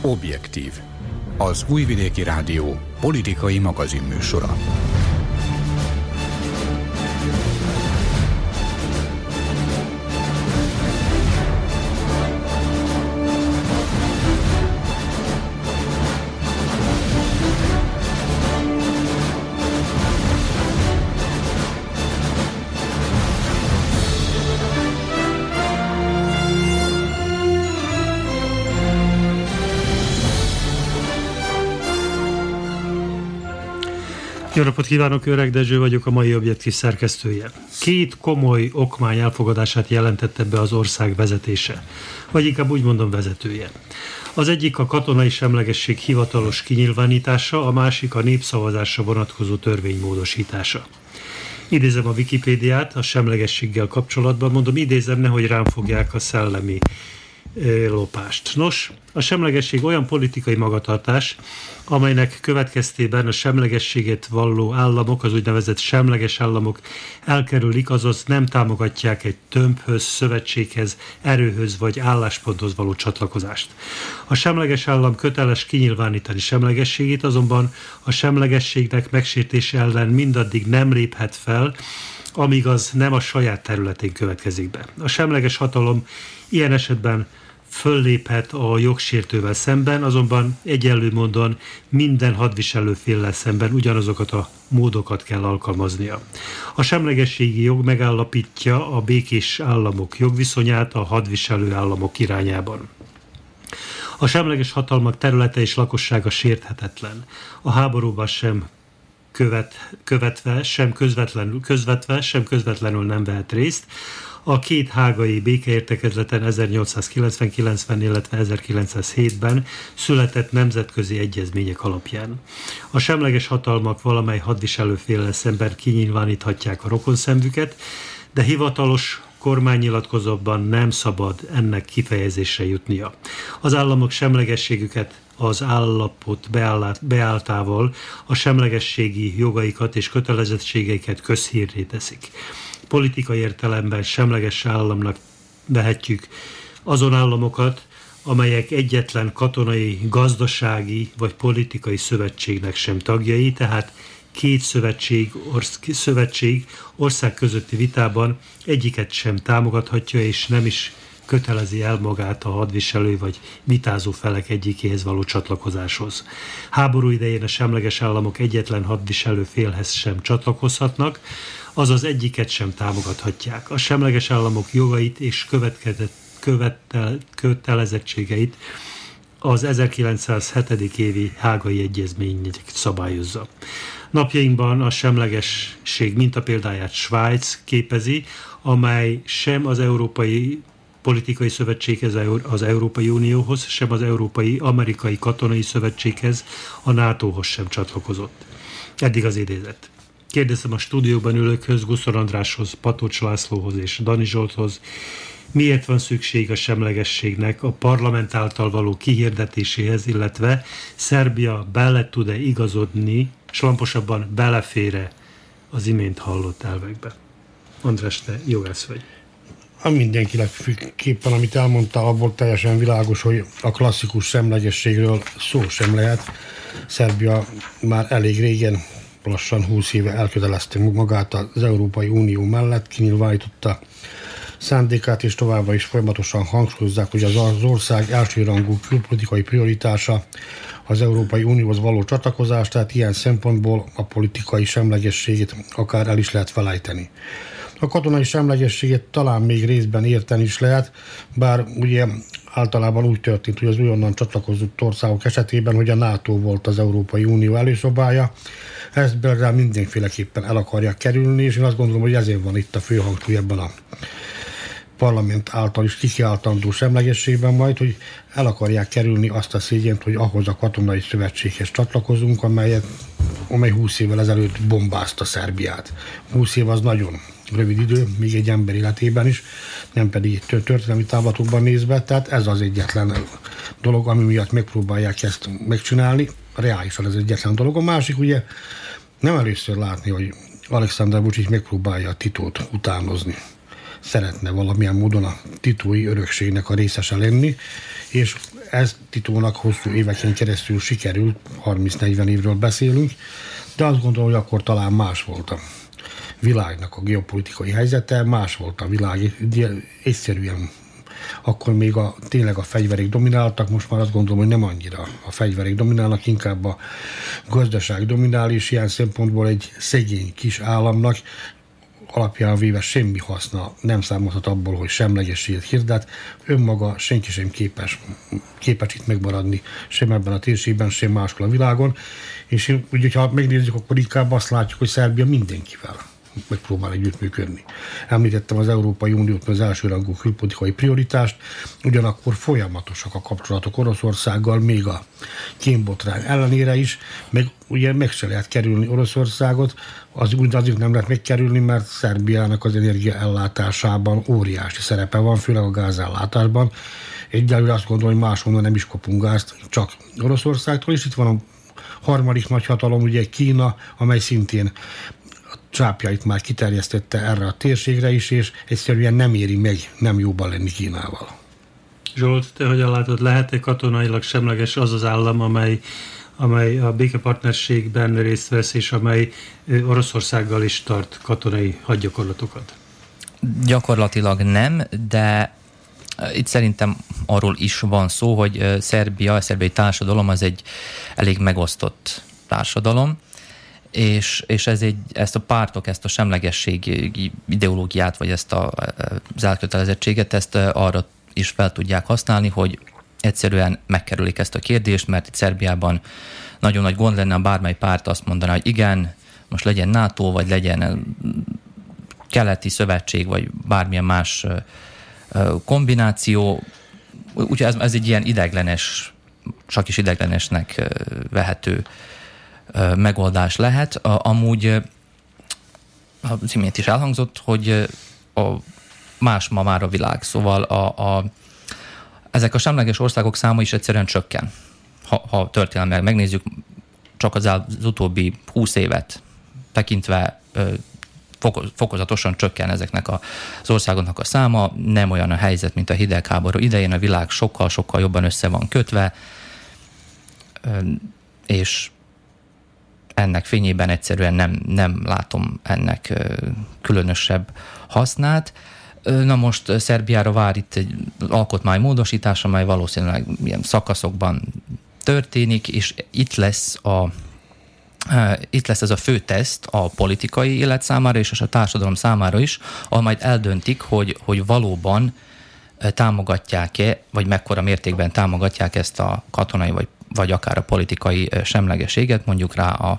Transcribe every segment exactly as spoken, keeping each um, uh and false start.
Objektív. Az Újvidéki Rádió politikai magazinműsora. Jó napot kívánok, Öreg Dezső vagyok, a mai Objektív szerkesztője. Két komoly okmány elfogadását jelentette be az ország vezetése, vagy inkább úgy mondom vezetője. Az egyik a katonai semlegesség hivatalos kinyilvánítása, a másik a népszavazásra vonatkozó törvény módosítása. Idézem a Wikipédiát a semlegességgel kapcsolatban, mondom idézem, nehogy rám fogják a szellemi lopást. Nos, a semlegesség olyan politikai magatartás, amelynek következtében a semlegességet valló államok, az úgynevezett semleges államok elkerülik, azaz nem támogatják egy tömbhöz, szövetséghez, erőhöz vagy állásponthoz való csatlakozást. A semleges állam köteles kinyilvánítani semlegességét, azonban a semlegességnek megsértése ellen mindaddig nem léphet fel, amíg az nem a saját területén következik be. A semleges hatalom ilyen esetben fölléphet a jogsértővel szemben, azonban egyenlő módon minden hadviselő féllel szemben ugyanazokat a módokat kell alkalmaznia. A semlegességi jog megállapítja a békés államok jogviszonyát a hadviselő államok irányában. A semleges hatalmak területe és lakossága sérthetetlen. A háborúban sem követ, követve, sem közvetlenül, közvetve, sem közvetlenül nem vehet részt. A két hágai békeértekezleten ezernyolcszázkilencven-kilencven, illetve ezerkilencszázhétben született nemzetközi egyezmények alapján. A semleges hatalmak valamely hadviselő féllel szemben kinyilváníthatják a rokonszenvüket, de hivatalos kormánynyilatkozatban nem szabad ennek kifejezésre jutnia. Az államok semlegességüket az állapot beálltával a semlegességi jogaikat és kötelezettségeiket közhírré teszik. Politikai értelemben semleges államnak vehetjük azon államokat, amelyek egyetlen katonai, gazdasági vagy politikai szövetségnek sem tagjai, tehát két szövetség, orsz, szövetség ország közötti vitában egyiket sem támogathatja, és nem is kötelezi el magát a hadviselő vagy vitázó felek egyikéhez való csatlakozáshoz. Háború idején a semleges államok egyetlen hadviselő félhez sem csatlakozhatnak, azaz egyiket sem támogathatják. A semleges államok jogait és követel, kötelezettségeit az ezerkilencszázhét. évi hágai egyezmény szabályozza. Napjainkban a semlegesség mintapéldáját Svájc képezi, amely sem az Európai Politikai Szövetséghez, az Európai Unióhoz, sem az Európai Amerikai Katonai Szövetséghez, a nátóhoz sem csatlakozott. Eddig az idézet. Kérdezem a stúdióban ülőkhöz, Guszor Andráshoz, Patocs Lászlóhoz és Dani Zsolthoz, miért van szükség a semlegességnek a parlament által való kihirdetéséhez, illetve Szerbia bele tud-e igazodni, slamposabban belefér-e az imént hallott elvekbe? András, te jogász vagy. Mindenkinek képpen, amit elmondta, abból teljesen világos, hogy a klasszikus semlegességről szó sem lehet. Szerbia már elég régen, lassan húsz éve elkötelezte magát az Európai Unió mellett, kinyilvánította szándékát, és továbbra is folyamatosan hangsúlyozzák, hogy az ország elsőrangú külpolitikai prioritása az Európai Unióhoz való csatlakozás, tehát ilyen szempontból a politikai semlegességét akár el is lehet felejteni. A katonai semlegességet talán még részben érteni is lehet, bár ugye általában úgy történt, hogy az újonnan csatlakozott országok esetében, hogy a NATO volt az Európai Unió előszobája. Ezt Belgrád mindenféleképpen el akarják kerülni, és én azt gondolom, hogy ezért van itt a fő hangsúly ebben a parlament által is kikiáltandó semlegességben majd, hogy el akarják kerülni azt a szégyent, hogy ahhoz a katonai szövetséghez csatlakozunk, amelyet, amely húsz évvel ezelőtt bombázta Szerbiát. húsz év az nagyon rövid idő, még egy ember életében is, nem pedig történelmi távlatokban nézve, tehát ez az egyetlen dolog, ami miatt megpróbálják ezt megcsinálni. Reálisan ez egyetlen dolog. A másik ugye nem először látni, hogy Alexander Vučić megpróbálja a Titót utánozni. szeretne valamilyen módon a titói örökségnek a részese lenni, és ez Titónak hosszú éveken keresztül sikerült, harminc-negyven évről beszélünk, de azt gondolom, hogy akkor talán más volt a világnak a geopolitikai helyzete, más volt a világ, egyszerűen akkor még a, tényleg a fegyverek domináltak, most már azt gondolom, hogy nem annyira a fegyverek dominálnak, inkább a gazdaság dominál, és ilyen szempontból egy szegény kis államnak alapján véve semmi haszna nem számolhat abból, hogy semlegességet hirdet. Önmaga senki sem képes, képes itt megmaradni sem ebben a térségben, sem máshol a világon. És úgy, ha megnézzük, akkor inkább azt látjuk, hogy Szerbia mindenkivel megpróbál együttműködni. Említettem az Európai Uniót, az elsőrangú külpolitikai prioritást, ugyanakkor folyamatosak a kapcsolatok Oroszországgal, még a kémbotrány ellenére is, meg ugye meg se lehet kerülni Oroszországot, az úgy azért nem lehet megkerülni, mert Szerbiának az energiaellátásában óriási szerepe van, főleg a gázellátásban. Egyelőre azt gondolom, hogy máshonnan nem is kapunk gázt, csak Oroszországtól, és itt van a harmadik nagyhatalom, ugye Kína, amely szintén csápjait már kiterjesztette erre a térségre is, és egyszerűen nem éri meg nem jóban lenni Kínával. Zsolt, te hogyan látod, lehet-e katonailag semleges az az állam, amely, amely a békepartnerségben részt vesz, és amely Oroszországgal is tart katonai hadgyakorlatokat? Gyakorlatilag nem, de itt szerintem arról is van szó, hogy Szerbia, a szerbiai társadalom az egy elég megosztott társadalom, és, és ez egy, ezt a pártok, ezt a semlegességi ideológiát, vagy ezt a, az elkötelezettséget, ezt arra is fel tudják használni, hogy egyszerűen megkerülik ezt a kérdést, mert itt Szerbiában nagyon nagy gond lenne, bármely párt azt mondaná, hogy igen, most legyen NATO, vagy legyen keleti szövetség, vagy bármilyen más kombináció. Úgyhogy ez, ez egy ilyen ideiglenes, csak is ideiglenesnek vehető megoldás lehet. Amúgy az imént is elhangzott, hogy a más ma már a világ, szóval a, a, ezek a semleges országok száma is egyszerűen csökken. Ha, ha történelmileg megnézzük, csak az, az utóbbi húsz évet tekintve fokozatosan csökken ezeknek az országoknak a száma, nem olyan a helyzet, mint a hidegháború idején, a világ sokkal-sokkal jobban össze van kötve, és ennek fényében egyszerűen nem, nem látom ennek különösebb hasznát. Na most Szerbiára vár itt egy alkotmánymódosítás, amely valószínűleg ilyen szakaszokban történik, és itt lesz a Itt lesz ez a fő teszt a politikai élet számára és a társadalom számára is, ahol majd eldöntik, hogy, hogy valóban támogatják-e, vagy mekkora mértékben támogatják ezt a katonai, vagy, vagy akár a politikai semlegességet. Mondjuk rá a,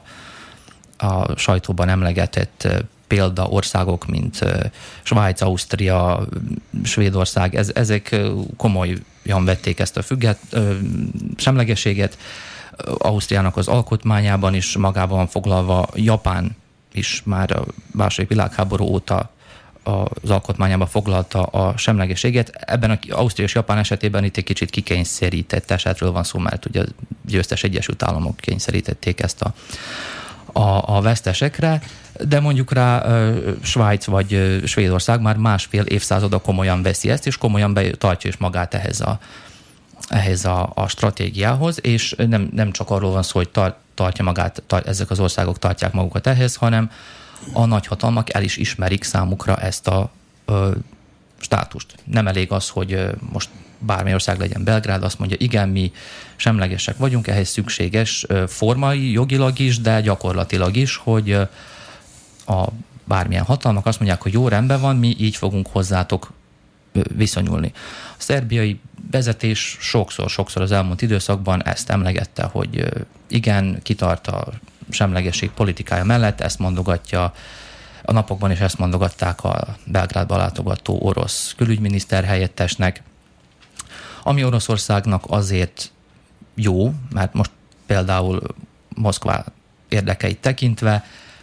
a sajtóban emlegetett példa országok, mint Svájc, Ausztria, Svédország, ez, ezek komolyan vették ezt a függet, semlegességet. Ausztriának az alkotmányában is magában foglalva, Japán is már a második világháború óta az alkotmányában foglalta a semlegességet. Ebben az Ausztria és Japán esetében itt egy kicsit kikényszerített esetről van szó, mert ugye a győztes Egyesült Államok kényszerítették ezt a, a, a vesztesekre, de mondjuk rá Svájc vagy Svédország már másfél évszázada komolyan veszi ezt, és komolyan tartja is magát ehhez a ehhez a, a stratégiához, és nem, nem csak arról van szó, hogy tar, tartja magát, tar, ezek az országok tartják magukat ehhez, hanem a nagyhatalmak el is ismerik számukra ezt a ö, státust. Nem elég az, hogy ö, most bármely ország legyen Belgrád, azt mondja, igen, mi semlegesek vagyunk, ehhez szükséges ö, formai, jogilag is, de gyakorlatilag is, hogy ö, a bármilyen hatalmak azt mondják, hogy jó, rendben van, mi így fogunk hozzátok viszonyulni. A szerbiai vezetés sokszor-sokszor az elmúlt időszakban ezt emlegette, hogy igen, kitart a semlegesség politikája mellett, ezt mondogatja, a napokban is ezt mondogatták a Belgrádba látogató orosz külügyminiszter helyettesnek, ami Oroszországnak azért jó, mert most például Moszkva érdekeit tekintve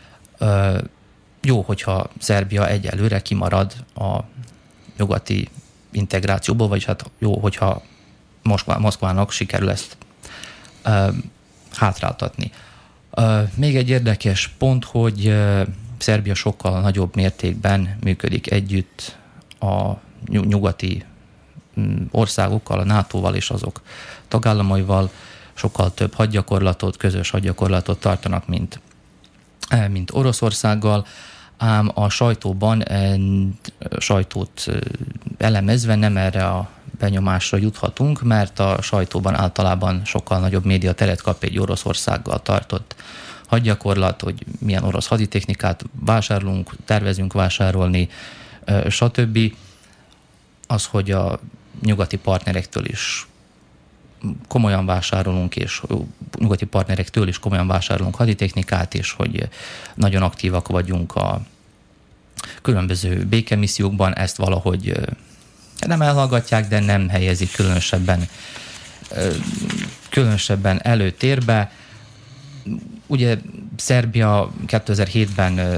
jó, hogyha Szerbia egyelőre kimarad a nyugati integrációból, vagy hát jó, hogyha Moszkvá, Moszkvának sikerül ezt uh, hátráltatni. Uh, még egy érdekes pont, hogy uh, Szerbia sokkal nagyobb mértékben működik együtt a nyugati országokkal, a nátóval és azok tagállamaival sokkal több hadgyakorlatot, közös hadgyakorlatot tartanak, mint, mint Oroszországgal, ám a sajtóban, a sajtót elemezve nem erre a benyomásra juthatunk, mert a sajtóban általában sokkal nagyobb médiateret kap egy Oroszországgal tartott hadgyakorlat, hogy milyen orosz haditechnikát vásárolunk, tervezünk vásárolni, stb. Az, hogy a nyugati partnerektől is komolyan vásárolunk, és nyugati partnerektől is komolyan vásárolunk haditechnikát, és hogy nagyon aktívak vagyunk a különböző békemissziókban, ezt valahogy nem elhallgatják, de nem helyezik különösebben, különösebben előtérbe. Ugye Szerbia kétezer-hétben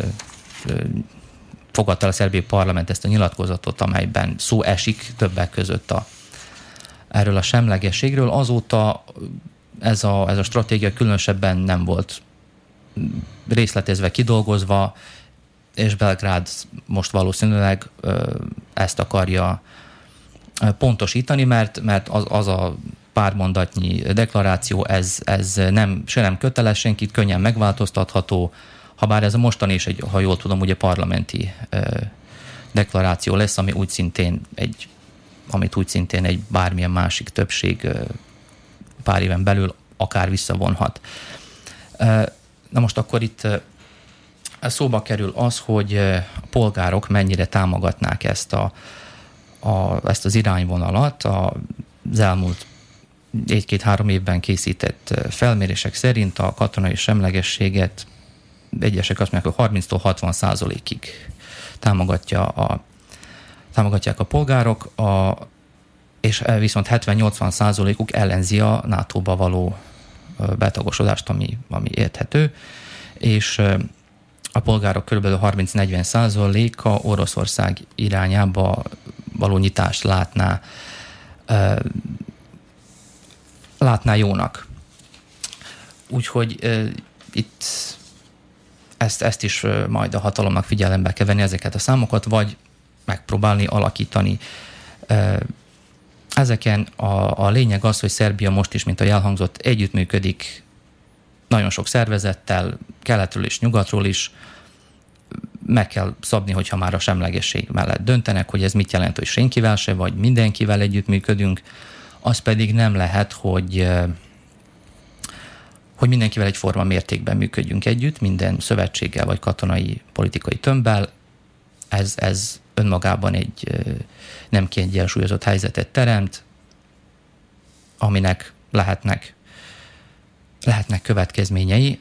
fogadta el a szerbiai parlament ezt a nyilatkozatot, amelyben szó esik többek között a, erről a semlegességről. Azóta ez a, ez a stratégia különösebben nem volt részletezve, kidolgozva, és Belgrád most valószínűleg ezt akarja pontosítani, mert, mert az, az a pár mondatnyi deklaráció, ez, ez nem, se nem köteles, senkit könnyen megváltoztatható, habár ez a mostani is egy, ha jól tudom, ugye parlamenti ö, deklaráció lesz, ami úgy szintén egy, amit úgy szintén egy bármilyen másik többség ö, pár éven belül akár visszavonhat. Ö, na most akkor itt ö, szóba kerül az, hogy a polgárok mennyire támogatnák ezt, a, a, ezt az irányvonalat. Az elmúlt egy-két-három évben készített felmérések szerint a katonai semlegességet egyesek azt mondják, hogy harminctól hatvan százalékig támogatja a, támogatják a polgárok, a, és viszont hetven-nyolcvan százalékuk ellenzi a nátóba való betagosodást, ami, ami érthető, és a polgárok kb. harminc-negyven százaléka Oroszország irányába való nyitást látná, látná jónak. Úgyhogy itt Ezt, ezt is majd a hatalomnak figyelembe kell venni, ezeket a számokat, vagy megpróbálni alakítani. Ezeken a, a lényeg az, hogy Szerbia most is, mint a elhangzott, együttműködik nagyon sok szervezettel, keletről és nyugatról is. Meg kell szabni, hogyha már a semlegesség mellett döntenek, hogy ez mit jelent, hogy senkivel se, vagy mindenkivel együttműködünk. Az pedig nem lehet, hogy hogy mindenkivel egyforma mértékben működjünk együtt, minden szövetséggel vagy katonai politikai tömbbel. Ez, ez önmagában egy nem kiegyensúlyozott helyzetet teremt, aminek lehetnek, lehetnek következményei.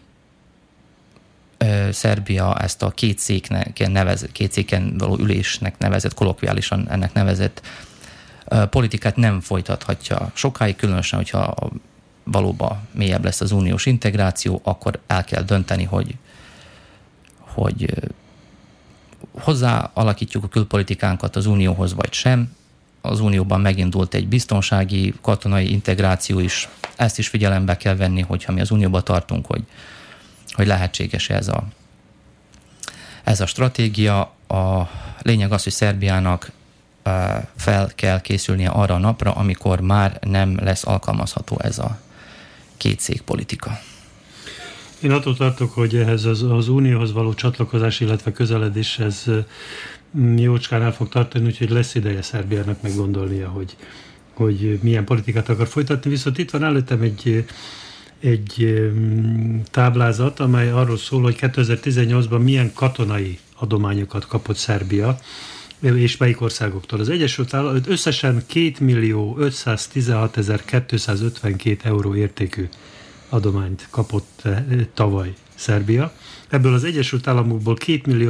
Szerbia ezt a két széken, nevez, két széken való ülésnek nevezett, kolokviálisan ennek nevezett politikát nem folytathatja sokáig, különösen, hogyha valóban mélyebb lesz az uniós integráció, akkor el kell dönteni, hogy, hogy hozzá alakítjuk a külpolitikánkat az unióhoz, vagy sem. Az unióban megindult egy biztonsági, katonai integráció is. Ezt is figyelembe kell venni, hogyha mi az unióba tartunk, hogy, hogy lehetséges ez a, ez a stratégia. A lényeg az, hogy Szerbiának fel kell készülnie arra a napra, amikor már nem lesz alkalmazható ez a kétszék politika. Én attól tartok, hogy ehhez az, az unióhoz való csatlakozás, illetve közeledés, ez jócskán el fog tartani, úgyhogy lesz ideje Szerbiának meggondolnia, hogy, hogy milyen politikát akar folytatni. Viszont itt van előttem egy, egy táblázat, amely arról szól, hogy kétezer-tizennyolcban milyen katonai adományokat kapott Szerbia, és melyik országoktól. Az Egyesült Államok összesen kétmillió ötszáztizenhatezer-kétszázötvenkét euró értékű adományt kapott tavaly Szerbia. Ebből az Egyesült Államokból kétmillió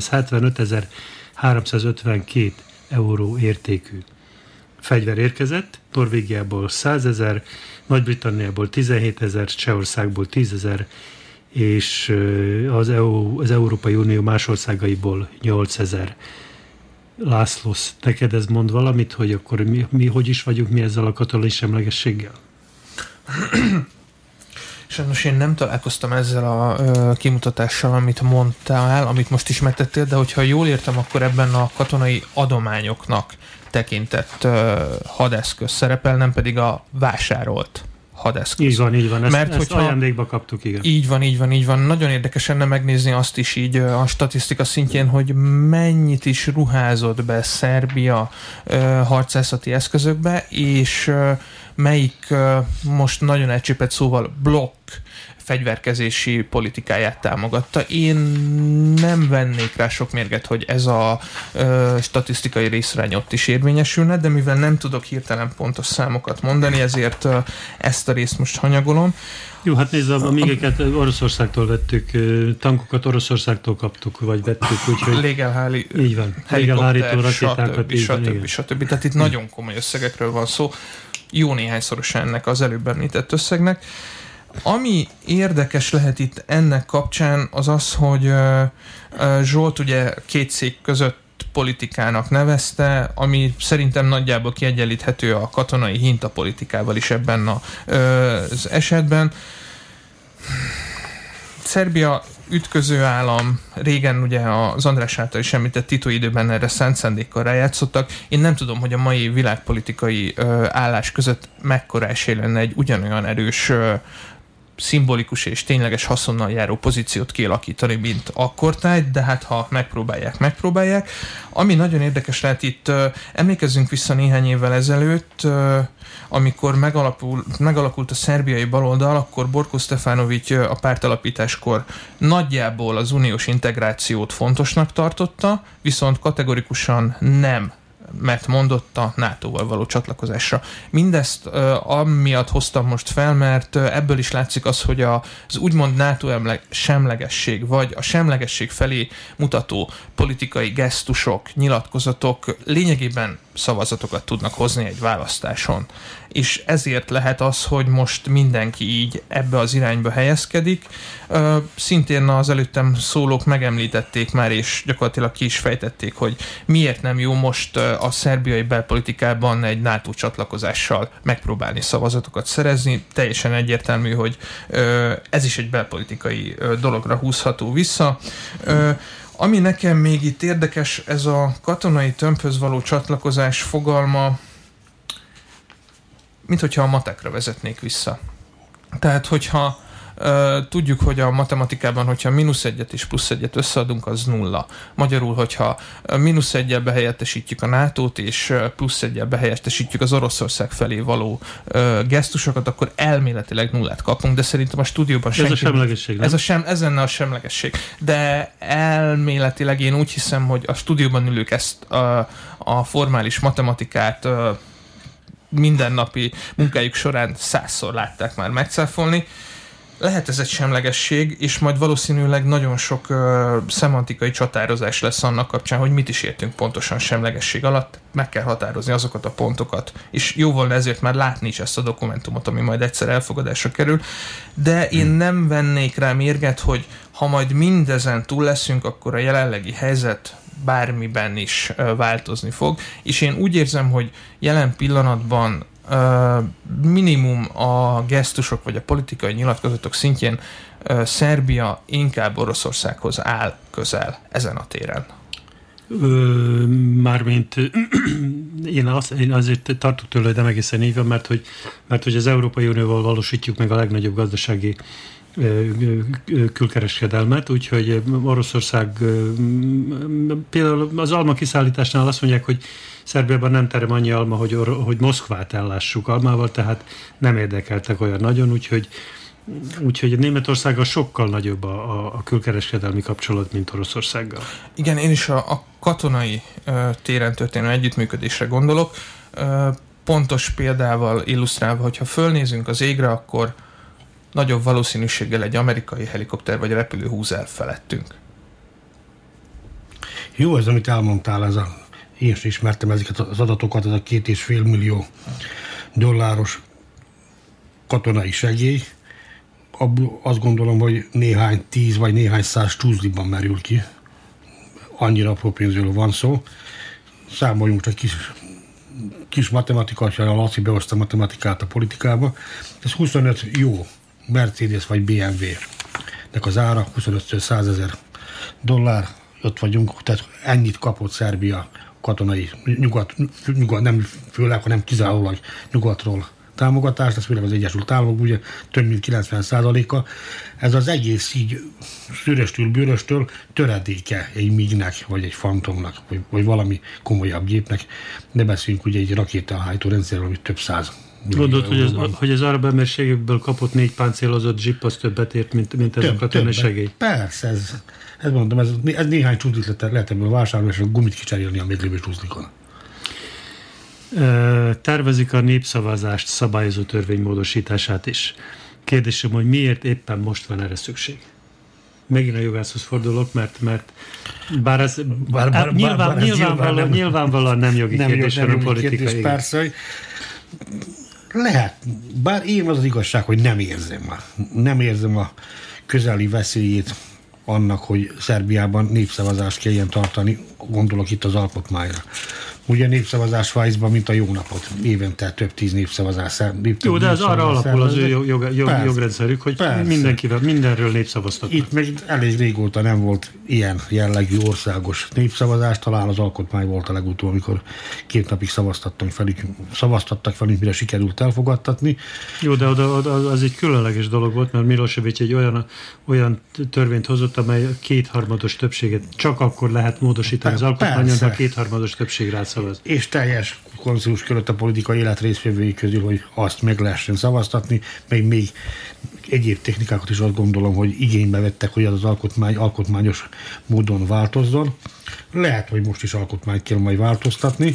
háromszázhetvenötezer-háromszázötvenkét euró értékű fegyver érkezett, Norvégiából százezer, Nagy-Britanniából tizenhétezer, Csehországból tízezer, és az, E U, az Európai Unió más országaiból nyolcezer. Lászlós, neked ez mond valamit, hogy akkor mi, mi hogy is vagyunk mi ezzel a katonai semlegességgel? Sajnos én nem találkoztam ezzel a ö, kimutatással, amit mondtál, amit most is megtettél, de hogyha jól értem, akkor ebben a katonai adományoknak tekintett ö, hadeszköz szerepel, nem pedig a vásárolt hadeszköz. Így van, így van. Ezt, Mert, ezt hogyha, ajándékba kaptuk, igen. Így van, így van, így van. Nagyon érdekes lenne megnézni azt is így a statisztika szintjén, hogy mennyit is ruházott be Szerbia ö, harcászati eszközökbe, és ö, melyik ö, most nagyon elcsépett szóval blokk fegyverkezési politikáját támogatta. Én nem vennék rá sok mérget, hogy ez a ö, statisztikai részrány ott is érvényesülne, de mivel nem tudok hirtelen pontos számokat mondani, ezért ö, ezt a részt most hanyagolom. Jó, hát nézd, a mégeket Oroszországtól vettük, tankokat Oroszországtól kaptuk, vagy vettük, úgyhogy... Légelháli, így van. Légelhárító rakétákat, stb. stb. stb. Tehát itt hmm. nagyon komoly összegekről van szó, jó néhányszorosan ennek az előbb említett összegnek. Ami érdekes lehet itt ennek kapcsán, az az, hogy uh, uh, Zsolt ugye két szék között politikának nevezte, ami szerintem nagyjából kiegyenlíthető a katonai hintapolitikával is ebben a, uh, az esetben. Szerbia ütköző állam, régen ugye az András által is említett Tito időben erre szánt szándékkal rájátszottak. Én nem tudom, hogy a mai világpolitikai uh, állás között mekkora esély lenne egy ugyanolyan erős uh, szimbolikus és tényleges haszonnal járó pozíciót kialakítani, mint akkortájt, de hát ha megpróbálják, megpróbálják. Ami nagyon érdekes lehet itt, uh, emlékezzünk vissza néhány évvel ezelőtt, uh, amikor megalapul, megalakult a szerbiai baloldal, akkor Borko Stefanović a pártalapításkor nagyjából az uniós integrációt fontosnak tartotta, viszont kategorikusan nem mert mondott a nátóval való csatlakozásra. Mindezt uh, amiatt hoztam most fel, mert uh, ebből is látszik az, hogy a, az úgymond NATO emle- semlegesség, vagy a semlegesség felé mutató politikai gesztusok, nyilatkozatok lényegében szavazatokat tudnak hozni egy választáson. És ezért lehet az, hogy most mindenki így ebbe az irányba helyezkedik. Uh, szintén az előttem szólók megemlítették már, és gyakorlatilag ki is fejtették, hogy miért nem jó most uh, a szerbiai belpolitikában egy NATO csatlakozással megpróbálni szavazatokat szerezni. Teljesen egyértelmű, hogy uh, ez is egy belpolitikai uh, dologra húzható vissza. Uh, Ami nekem még itt érdekes, ez a katonai tömbhöz való csatlakozás fogalma, mint hogyha a matekra vezetnék vissza. Tehát, hogyha uh, tudjuk, hogy a matematikában, hogyha mínusz egyet és plusz egyet összeadunk, az nulla. Magyarul, hogyha mínusz egyel behelyettesítjük a nátót, és plusz egyel behelyettesítjük az Oroszország felé való uh, gesztusokat, akkor elméletileg nullát kapunk, de szerintem a stúdióban senki... Ez a semlegesség, ez, a sem, ez lenne a semlegesség. De elméletileg én úgy hiszem, hogy a stúdióban ülők ezt uh, a formális matematikát uh, mindennapi munkájuk során százszor látták már megcáfolni. Lehet ez egy semlegesség, és majd valószínűleg nagyon sok uh, szemantikai csatározás lesz annak kapcsán, hogy mit is értünk pontosan semlegesség alatt. Meg kell határozni azokat a pontokat, és jó volna ezért már látni is ezt a dokumentumot, ami majd egyszer elfogadásra kerül. De én nem vennék rá mérget, hogy ha majd mindezen túl leszünk, akkor a jelenlegi helyzet bármiben is uh, változni fog, és én úgy érzem, hogy jelen pillanatban uh, minimum a gesztusok vagy a politikai nyilatkozatok szintjén uh, Szerbia inkább Oroszországhoz áll közel ezen a téren. Ö, mármint én, az, én azért tartok tőle, hogy nem egészen így van, mert hogy, mert hogy az Európai Unióval valósítjuk meg a legnagyobb gazdasági külkereskedelmet, úgyhogy Oroszország például az alma kiszállításnál azt mondják, hogy Szerbiában nem terem annyi alma, hogy, or- hogy Moszkvát ellássuk almával, tehát nem érdekeltek olyan nagyon, úgyhogy, úgyhogy Németországgal sokkal nagyobb a, a, a külkereskedelmi kapcsolat, mint Oroszországgal. Igen, én is a, a katonai uh, téren történő együttműködésre gondolok. Uh, pontos példával illusztrálva, hogyha fölnézünk az égre, akkor nagyobb valószínűséggel egy amerikai helikopter vagy repülő húz el felettünk. Jó ez, amit elmondtál, ez a, én is ismertem ezeket az adatokat, ez a két és fél millió dolláros katonai segély. Abból azt gondolom, hogy néhány tíz vagy néhány száz tuzliban merül ki. Annyira apró pénzről van szó. Számoljunk egy kis, kis matematika, ha a Laci behozta matematikát a politikába. Ez huszonöt jó Mercedes vagy bé em vé-nek az ára huszonötször százezer dollár, ott vagyunk, tehát ennyit kapott Szerbia katonai, nyugat, nyugat nem főleg, hanem kizárólag nyugatról támogatást, ez főleg az Egyesült Államok, ugye több mint kilencven százaléka. Ez az egész így szüröstől, bőröstől töredéke egy MiG-nek, vagy egy Phantomnak, vagy, vagy valami komolyabb gépnek. Ne beszéljünk ugye egy rakétahajtó rendszerről, ami több száz. Gondolod, hogy az, hogy az arab emberségekből kapott négy páncélozott zsip, az többet ért, mint, mint ez több, a katonai segély? Persze, ez, ez mondom, ez, ez néhány csúszlit lehet, lehet ebből vásárolni, és a gumit kicserélni a még lévő csúszlikon. Tervezik a népszavazást szabályozó törvény módosítását is. Kérdésem, hogy miért éppen most van erre szükség? Megint a jogászhoz fordulok, mert, mert bár ez bár, bár, nyilván, bár, bár nyilvánvalóan, nem, nyilvánvalóan nem jogi nem kérdés, hanem politikai. Kérdés, persze, lehet, bár én az az igazság, hogy nem érzem a, nem érzem a közeli veszélyét annak, hogy Szerbiában népszavazást kelljen tartani, gondolok itt az alkotmányra. Ugye népszavazás Svájcban, mint a jó napot. Évente több tíz népszavazás. Több jó, de ez arra alapul az ő jog, jog, jog, jogrendszerük, hogy persze. mindenkivel, mindenről népszavaztatnak. Itt meg elég régóta nem volt ilyen jellegű országos népszavazás, talán az alkotmány volt a legutóbb, amikor két napig szavaztattak felük, szavaztattak felük, mire sikerült elfogadtatni. Jó, de oda, oda, az egy különleges dolog volt, mert Milosevic egy olyan, olyan törvényt hozott, amely kétharmados többséget csak akkor lehet módosítani az alkotmányon, de a kétharmados többség rá szavaz. És teljes konszenzus körött a politikai élet résztvevői közül, hogy azt meg lehessen szavaztatni, meg még egyéb technikákat is azt gondolom, hogy igénybe vettek, hogy az, az alkotmány alkotmányos módon változzon. Lehet, hogy most is alkotmányt kell majd változtatni,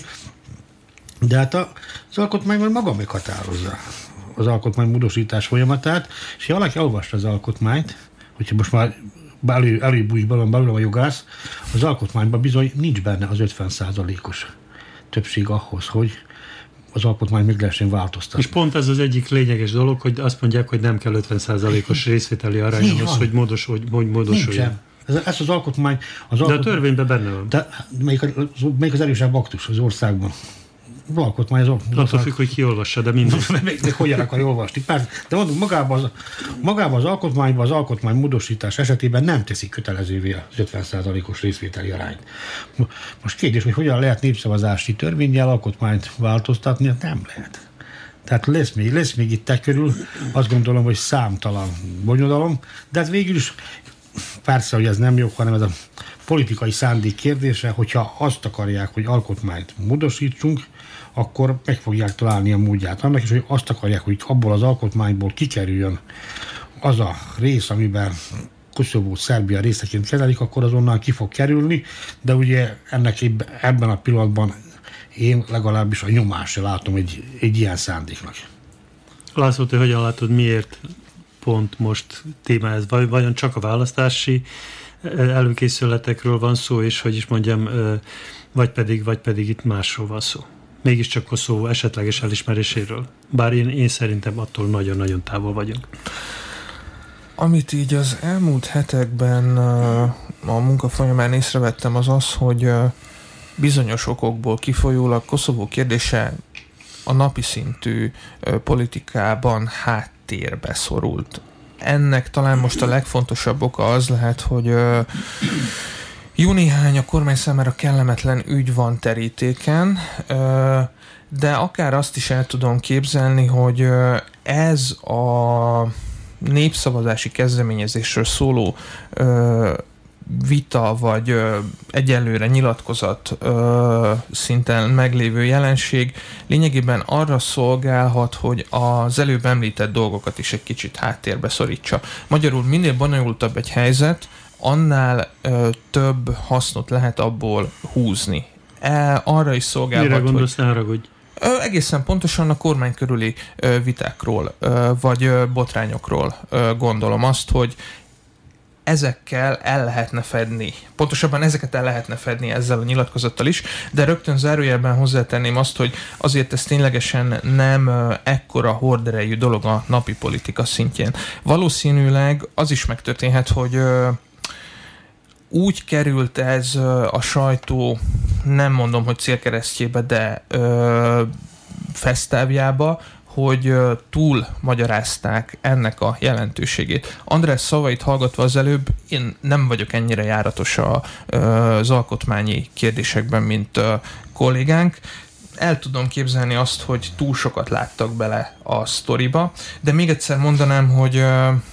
de hát az alkotmány majd maga meghatározza az alkotmánymódosítás folyamatát, és ha valaki olvasta az alkotmányt, hogyha most már elő, előbújik belőlem a jogász, az alkotmányban bizony nincs benne az ötven százalékos többség ahhoz, hogy az alkotmány meg lehessen változtatni. És pont ez az egyik lényeges dolog, hogy azt mondják, hogy nem kell ötven százalékos részvételi arány ahhoz, hogy módosuljon. Hogy módosuljon. Ez, ez az alkotmány... Az de alkotmány, a törvényben benne van. De melyik, melyik az erősebb aktus az országban? Az alkotmány... Az, az attól függ, hogy ki olvassa, de mindegy. De hogyan akarja olvasni? Persze. De mondom, magában az, magában az alkotmányban, az alkotmány módosítás esetében nem teszik kötelezővé az ötven százalékos részvételi arányt. Most kérdés, hogy hogyan lehet népszavazási törvénnyel alkotmányt változtatni? Nem lehet. Tehát lesz még, lesz még itt körül, azt gondolom, hogy számtalan bonyodalom, de hát végül is persze, hogy ez nem jó, hanem ez a politikai szándék kérdése, hogyha azt akarják, hogy alkotmányt módosítsunk, akkor meg fogják találni a módját annak is, hogy azt akarják, hogy abból az alkotmányból kikerüljön az a rész, amiben Koszovó, Szerbia részeként kezelik, akkor azonnal ki fog kerülni, de ugye ennek ebben a pillanatban én legalábbis a nyomásra látom egy, egy ilyen szándéknak. László, te hogyan látod, miért pont most téma ez? Vajon csak a választási előkészületekről van szó, és hogy is mondjam, vagy pedig, vagy pedig itt másról van szó? Mégiscsak Koszovó esetleges elismeréséről. Bár én, én szerintem attól nagyon-nagyon távol vagyunk. Amit így az elmúlt hetekben a munka folyamán észrevettem, az az, hogy bizonyos okokból kifolyólag Koszovó kérdése a napi szintű politikában háttérbe szorult. Ennek talán most a legfontosabb oka az lehet, hogy jó néhány a kormány számára kellemetlen ügy van terítéken, de akár azt is el tudom képzelni, hogy ez a népszavazási kezdeményezésről szóló vita, vagy egyelőre nyilatkozat szinten meglévő jelenség lényegében arra szolgálhat, hogy az előbb említett dolgokat is egy kicsit háttérbe szorítsa. Magyarul minél bonyolultabb egy helyzet, annál ö, több hasznot lehet abból húzni. E, arra is szolgálhat, mire gondolsz, ne haragudj? Ö, egészen pontosan a kormány körüli ö, vitákról, ö, vagy ö, botrányokról ö, gondolom azt, hogy ezekkel el lehetne fedni. Pontosabban ezeket el lehetne fedni ezzel a nyilatkozattal is, de rögtön zárójelben hozzátenném azt, hogy azért ez ténylegesen nem ö, ekkora horderejű dolog a napi politika szintjén. Valószínűleg az is megtörténhet, hogy ö, úgy került ez a sajtó, nem mondom, hogy célkeresztjébe, de ö, fesztávjába, hogy túl magyarázták ennek a jelentőségét. András szavait hallgatva az előbb, én nem vagyok ennyire járatos a, az alkotmányi kérdésekben, mint a kollégánk. El tudom képzelni azt, hogy túl sokat láttak bele a sztoriba, de még egyszer mondanám, hogy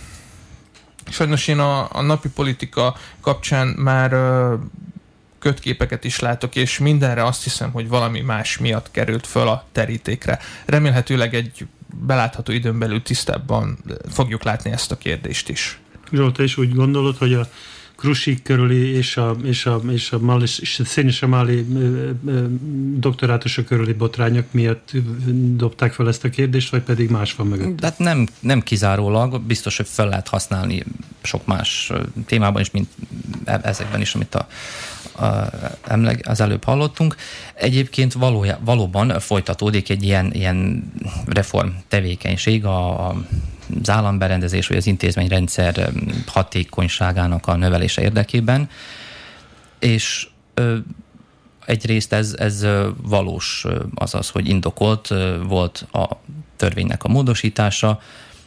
sajnos én a, a napi politika kapcsán már kötképeket is látok, és mindenre azt hiszem, hogy valami más miatt került föl a terítékre. Remélhetőleg egy belátható időn belül tisztábban fogjuk látni ezt a kérdést is. Zsolt, te is úgy gondolod, hogy a Krusik körüli és a, és a, és a Mali, és a Szénisemáli doktorátusok körüli botrányok miatt dobták fel ezt a kérdést, vagy pedig más van mögött? Hát nem, nem kizárólag, biztos, hogy fel lehet használni sok más témában is, mint ezekben is, amit a, a, az előbb hallottunk. Egyébként valójá, valóban folytatódik egy ilyen, ilyen reform tevékenység a, a az államberendezés vagy az intézményrendszer hatékonyságának a növelése érdekében, és ö, egyrészt ez, ez valós, azaz, hogy indokolt volt a törvénynek a módosítása,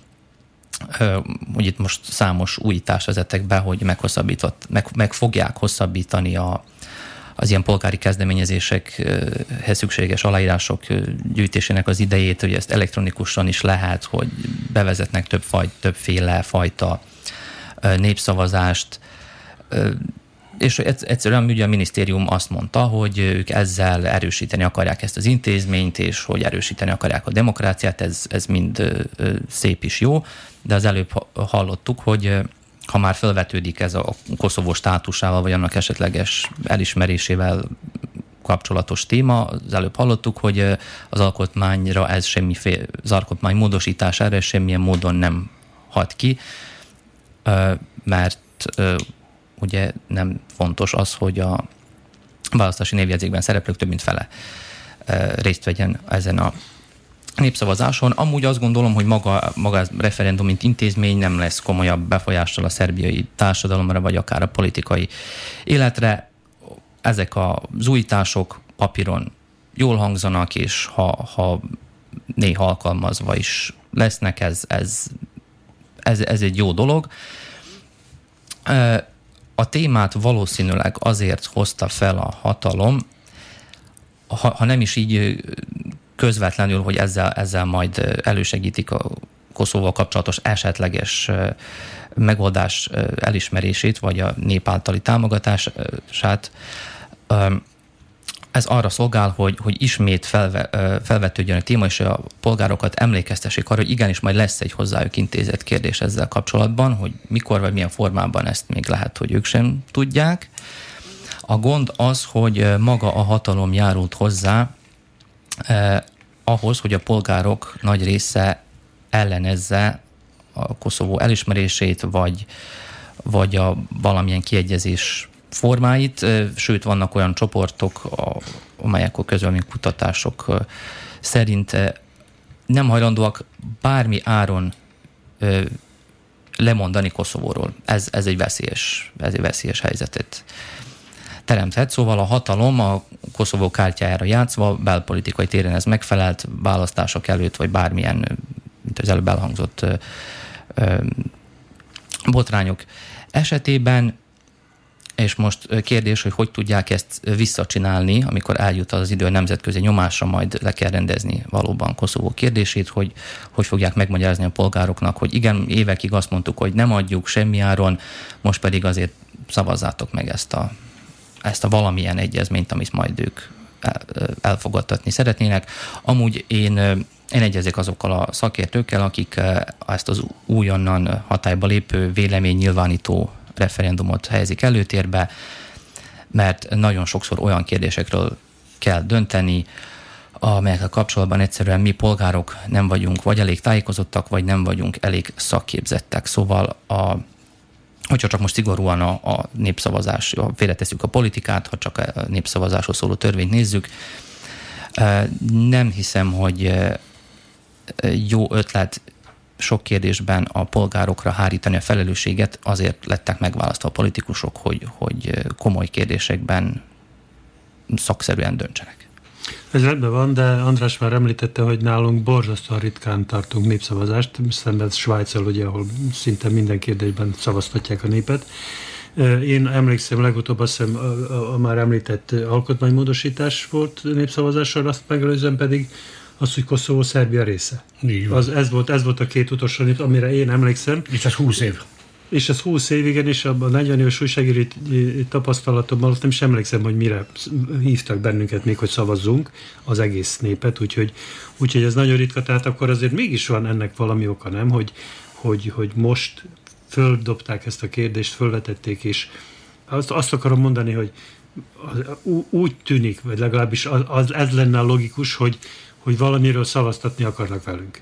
ö, hogy itt most számos újítást vezettek be, hogy meghosszabbított, meg, meg fogják hosszabbítani a az ilyen polgári kezdeményezésekhez szükséges aláírások gyűjtésének az idejét, hogy ezt elektronikusan is lehet, hogy bevezetnek több faj, többféle fajta népszavazást, és egyszerűen ugye a minisztérium azt mondta, hogy ők ezzel erősíteni akarják ezt az intézményt, és hogy erősíteni akarják a demokráciát, ez, ez mind szép is jó, de az előbb hallottuk, hogy ha már felvetődik ez a Koszovó státusával, vagy annak esetleges elismerésével kapcsolatos téma, az előbb hallottuk, hogy az alkotmányra ez semmiféle, az alkotmány módosítására ez semmilyen módon nem hat ki, mert ugye nem fontos az, hogy a választási névjegyzékben szereplők több mint fele részt vegyen ezen a népszavazáson. Amúgy azt gondolom, hogy maga, maga a referendum, mint intézmény nem lesz komolyabb befolyással a szerbiai társadalomra, vagy akár a politikai életre. Ezek az újítások papíron jól hangzanak, és ha, ha néha alkalmazva is lesznek, ez, ez, ez, ez egy jó dolog. A témát valószínűleg azért hozta fel a hatalom, ha, ha nem is így közvetlenül, hogy ezzel, ezzel majd elősegítik a Koszovóval kapcsolatos esetleges megoldás elismerését, vagy a nép általi támogatását. Ez arra szolgál, hogy, hogy ismét felve, felvetődjön a téma, és a polgárokat emlékeztessék arra, hogy igenis majd lesz egy hozzájuk intézett kérdés ezzel kapcsolatban, hogy mikor vagy milyen formában ezt még lehet, hogy ők sem tudják. A gond az, hogy maga a hatalom járult hozzá eh, ahhoz, hogy a polgárok nagy része ellenezze a Koszovó elismerését, vagy, vagy a valamilyen kiegyezés formáit, sőt vannak olyan csoportok, amelyek a közvéleménykutatások szerint nem hajlandóak bármi áron lemondani Koszovóról. Ez, ez egy veszélyes, ez egy veszélyes helyzetet teremthet. Szóval a hatalom a Koszovó kártyájára játszva belpolitikai téren ez megfelelt, választások előtt, vagy bármilyen, mint az előbb elhangzott botrányok esetében. És most kérdés, hogy hogy tudják ezt visszacsinálni, amikor eljut az idő nemzetközi nyomásra, majd le kell rendezni valóban Koszovó kérdését, hogy hogy fogják megmagyarázni a polgároknak, hogy igen, évekig azt mondtuk, hogy nem adjuk semmi áron, most pedig azért szavazzátok meg ezt a, ezt a valamilyen egyezményt, amit majd ők elfogadtatni szeretnének. Amúgy én, én egyezek azokkal a szakértőkkel, akik ezt az újonnan hatályba lépő véleménynyilvánító referendumot helyezik előtérbe, mert nagyon sokszor olyan kérdésekről kell dönteni, amelyekkel kapcsolatban egyszerűen mi polgárok nem vagyunk vagy elég tájékozottak, vagy nem vagyunk elég szakképzettek. Szóval, a, hogyha csak most szigorúan a, a népszavazás, félretesszük a politikát, ha csak a népszavazásról szóló törvényt nézzük, nem hiszem, hogy jó ötlet sok kérdésben a polgárokra hárítani a felelősséget, azért lettek megválasztva a politikusok, hogy, hogy komoly kérdésekben szakszerűen döntsenek. Ez rendben van, de András már említette, hogy nálunk borzasztóan ritkán tartunk népszavazást, szemben Svájccal, ugye, ahol szinte minden kérdésben szavaztatják a népet. Én emlékszem, legutóbb azt hiszem a, a, a már említett alkotmánymódosítás volt népszavazással, azt megelőzően pedig az, hogy Koszovó Szerbia része. Az, ez, volt, ez volt a két utolsó nép, amire én emlékszem. És ez húsz év. És ez húsz év, igen, és a negyven éves újságírói tapasztalatomban azt nem is emlékszem, hogy mire hívtak bennünket még, hogy szavazzunk az egész népet, úgyhogy, úgyhogy ez nagyon ritka, tehát akkor azért mégis van ennek valami oka, nem, hogy, hogy, hogy most földobták ezt a kérdést, fölvetették, és azt, azt akarom mondani, hogy úgy tűnik, vagy legalábbis az, az, ez lenne a logikus, hogy, hogy valamiről szavaztatni akarnak velünk.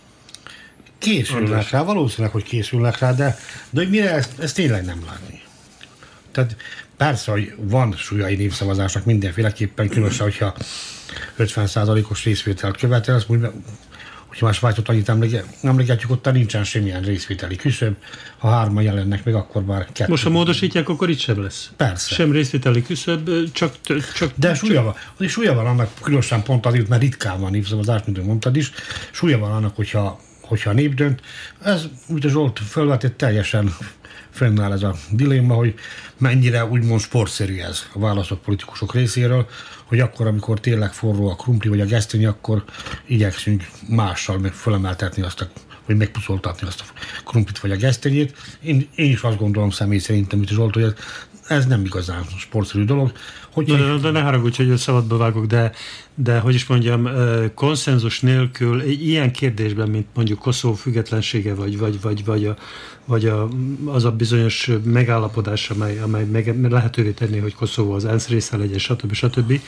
Készülnek rá, valószínűleg, hogy készülnek rá, de, de hogy mire ezt, ezt tényleg nem látni. Tehát persze, hogy van súlyai népszavazásnak mindenféleképpen, különösen, hogyha ötven százalékos részvételt követel, azt mondja, hogyha már Svájcot annyit emlegetjük, ott nincsen semmilyen részvételi küszöb, ha hárman jelennek meg, akkor már kettő. Most ha módosítják, akkor itt sem lesz. Persze. Sem részvételi küszöb, csak... csak de súlya van, súlya van annak, különösen pont azért, mert ritkán van népszavazás, mint mondtad is, súlya van annak, hogyha hogyha a nép dönt. Ez, úgy a Zsolt felvetett, teljesen fennáll ez a dilemma, hogy mennyire úgymond sportszerű ez a választott politikusok részéről, hogy akkor, amikor tényleg forró a krumpli vagy a gesztenye, akkor igyekszünk mással meg felemeltetni azt a, vagy megpuszoltatni azt a krumplit vagy a gesztenyét. Én, én is azt gondolom személy szerintem, mint a Zsolt, hogy ez, ez nem igazán sportszerű dolog. Hogy de, de, de ne haragudj, hogy szabadba vágok, de, de hogy is mondjam, konszenzus nélkül egy ilyen kérdésben, mint mondjuk Koszovó függetlensége, vagy, vagy, vagy, vagy, a, vagy a, az a bizonyos megállapodás, amely, amely meg lehetővé tenni, hogy Koszovó az ENSZ része legyen, stb. stb.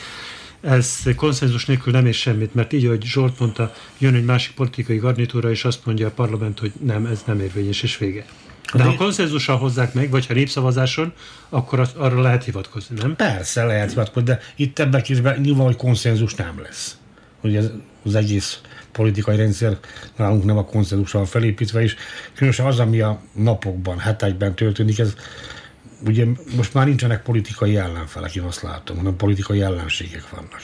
Ez konszenzus nélkül nem ér semmit, mert így, ahogy Zsolt mondta, jön egy másik politikai garnitúra, és azt mondja a parlament, hogy nem, ez nem érvényes, és vége. De ha konszenzussal hozzák meg, vagy ha népszavazáson, akkor az, arra lehet hivatkozni, nem? Persze lehet hivatkozni, de itt ebben kívül nyilván, hogy konszenzus nem lesz. Hogy ez, az egész politikai rendszer nálunk nem a konszenzussal felépítve, és különösen az, ami a napokban, hetekben történik, ez ugye most már nincsenek politikai ellenfelek, én azt látom, hanem politikai ellenségek vannak,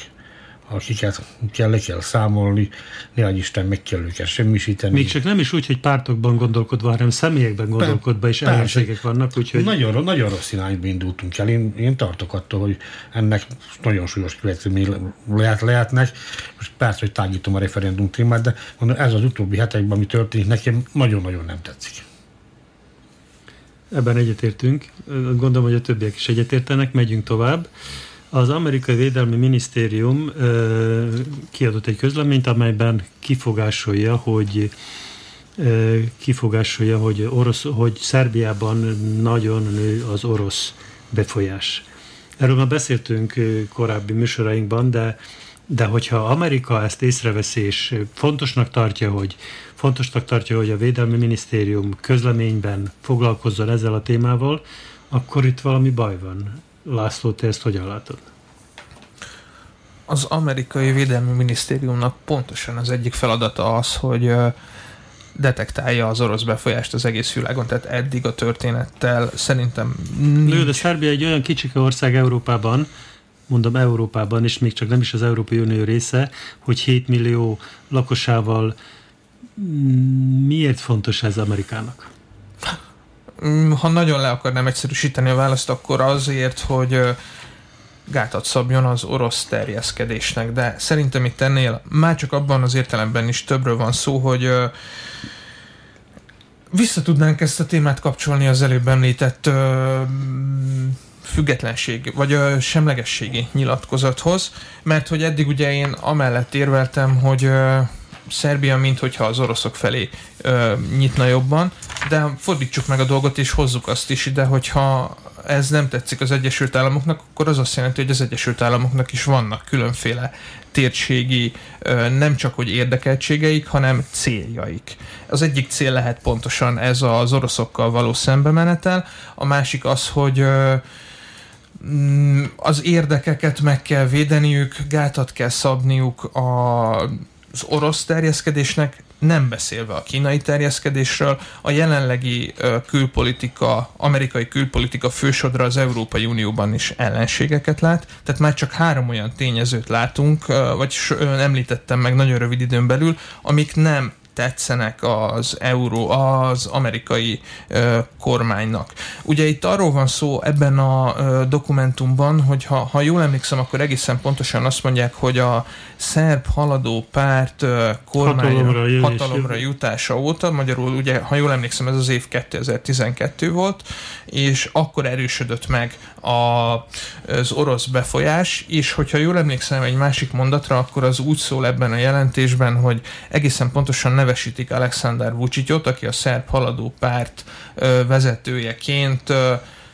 akiket kell, le kell számolni, nehogy Isten meg kell őket semmisíteni. Még csak nem is úgy, hogy pártokban gondolkodva, hanem személyekben gondolkodva is ellenségek vannak. Úgyhogy... Nagyon, nagyon rossz irányba indultunk el. Én, én tartok attól, hogy ennek nagyon súlyos következményei lehet, lehetnek. Most persze, hogy tágítom a referendum témát, de mondom, ez az utóbbi hetekben, ami történik, nekem nagyon-nagyon nem tetszik. Ebben egyetértünk. Gondolom, hogy a többiek is egyetértenek. Megyünk tovább. Az Amerikai Védelmi Minisztérium ö, kiadott egy közleményt, amelyben kifogásolja, hogy ö, kifogásolja, hogy, orosz, hogy Szerbiában nagyon nő az orosz befolyás. Erről már beszéltünk korábbi műsorainkban, de, de hogyha Amerika ezt észreveszi, és fontosnak tartja, hogy fontosnak tartja, hogy a Védelmi Minisztérium közleményben foglalkozzon ezzel a témával, akkor itt valami baj van. László, te ezt hogyan látod? Az Amerikai Védelmi Minisztériumnak pontosan az egyik feladata az, hogy detektálja az orosz befolyást az egész világon, tehát eddig a történettel szerintem nincs. Jó, de Szerbia egy olyan kicsike ország Európában, mondom Európában, és még csak nem is az Európai Unió része, hogy hét millió lakosával miért fontos ez Amerikának? Ha nagyon le akarnám egyszerűsíteni a választ, akkor azért, hogy gátat szabjon az orosz terjeszkedésnek, de szerintem itt ennél már csak abban az értelemben is többről van szó, hogy vissza tudnánk ezt a témát kapcsolni az előbb említett függetlenség, vagy semlegességi nyilatkozathoz, mert hogy eddig ugye én amellett érveltem, hogy Szerbia, minthogyha az oroszok felé ö, nyitna jobban, de fordítsuk meg a dolgot és hozzuk azt is ide, hogyha ez nem tetszik az Egyesült Államoknak, akkor az azt jelenti, hogy az Egyesült Államoknak is vannak különféle térségi, ö, nem csak hogy érdekeltségeik, hanem céljaik. Az egyik cél lehet pontosan ez az oroszokkal való szembemenetel, a másik az, hogy ö, az érdekeket meg kell védeniük, gátat kell szabniuk a az orosz terjeszkedésnek, nem beszélve a kínai terjeszkedésről, a jelenlegi uh, külpolitika, amerikai külpolitika fősodra az Európai Unióban is ellenségeket lát, tehát már csak három olyan tényezőt látunk, uh, vagy uh, említettem meg nagyon rövid időn belül, amik nem tetszenek az euró, az amerikai ö, kormánynak. Ugye itt arról van szó ebben a ö, dokumentumban, hogy ha, ha jól emlékszem, akkor egészen pontosan azt mondják, hogy a szerb haladó párt ö, kormányra, hatalomra, hatalomra jutása óta, magyarul ugye, ha jól emlékszem, ez az év kétezer-tizenkettő volt, és akkor erősödött meg a, az orosz befolyás, és hogyha jól emlékszem egy másik mondatra, akkor az úgy szól ebben a jelentésben, hogy egészen pontosan nevesítik Aleksandar Vučićot, aki a szerb haladó párt ö, vezetőjeként, ö,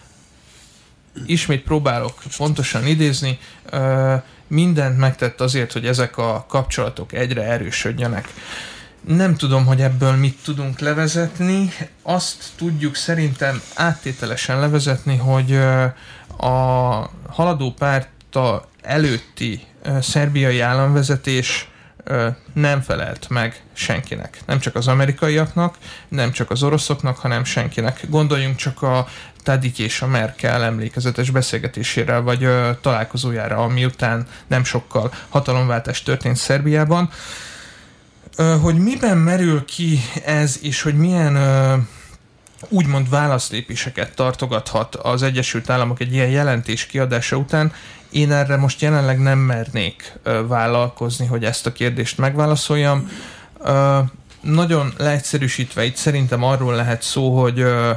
ismét próbálok pontosan idézni, ö, mindent megtett azért, hogy ezek a kapcsolatok egyre erősödjenek. Nem tudom, hogy ebből mit tudunk levezetni. Azt tudjuk szerintem áttételesen levezetni, hogy a haladó párta előtti szerbiai államvezetés nem felelt meg senkinek. Nem csak az amerikaiaknak, nem csak az oroszoknak, hanem senkinek. Gondoljunk csak a Tadic és a Merkel emlékezetes beszélgetésére, vagy ö, találkozójára, ami után nem sokkal hatalomváltás történt Szerbiában. Ö, hogy miben merül ki ez, és hogy milyen ö, úgymond válaszlépéseket tartogathat az Egyesült Államok egy ilyen jelentés kiadása után, én erre most jelenleg nem mernék ö, vállalkozni, hogy ezt a kérdést megválaszoljam. Ö, nagyon leegyszerűsítve itt szerintem arról lehet szó, hogy ö,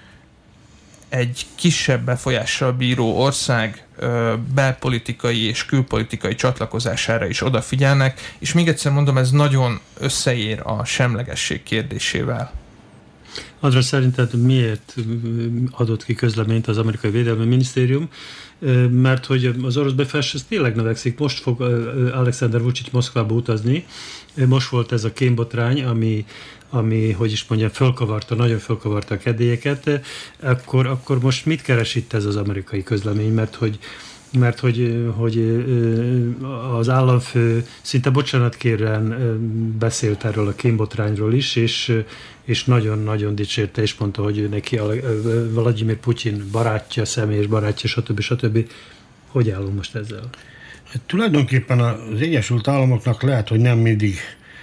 egy kisebb befolyással bíró ország ö, belpolitikai és külpolitikai csatlakozására is odafigyelnek, és még egyszer mondom, ez nagyon összeér a semlegesség kérdésével. András, szerinted miért adott ki közleményt az amerikai védelmi minisztérium? Mert hogy az orosz befolyás ez tényleg növekszik. Most fog Aleksandar Vučić Moszkvába utazni. Most volt ez a kémbotrány, ami, ami hogy is mondjam, fölkavarta, nagyon fölkavarta a kedélyeket. Akkor, akkor most mit keres itt ez az amerikai közlemény? Mert hogy mert hogy, hogy az államfő szinte bocsánatkérően beszélt erről a kémbotrányról is, és, és nagyon-nagyon dicsérte, és mondta, hogy ő neki Vladimir Putyin barátja, személyes barátja, stb. stb. Hogy állunk most ezzel? Hát, tulajdonképpen az Egyesült Államoknak lehet, hogy nem mindig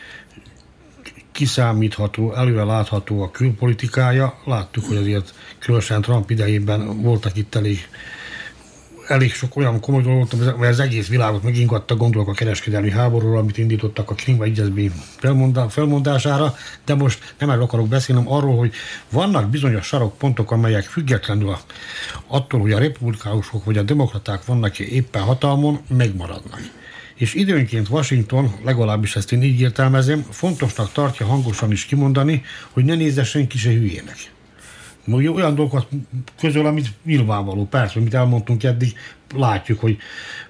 kiszámítható, előre látható a külpolitikája. Láttuk, hogy azért különösen Trump idejében voltak itt elég elég sok olyan komoly dolog volt, mert az egész világot megingatta, gondolok a kereskedelmi háborúról, amit indítottak a Krímba egyezmény felmondására, de most nem erről akarok beszélni, hanem arról, hogy vannak bizonyos sarokpontok, amelyek függetlenül attól, hogy a republikánusok vagy a demokraták vannak éppen hatalmon, megmaradnak. És időnként Washington, legalábbis ezt én így értelmezem, fontosnak tartja hangosan is kimondani, hogy ne nézze senki se hülyének. Olyan dolgokat közöl, amit nyilvánvaló, persze, amit elmondtunk eddig, látjuk, hogy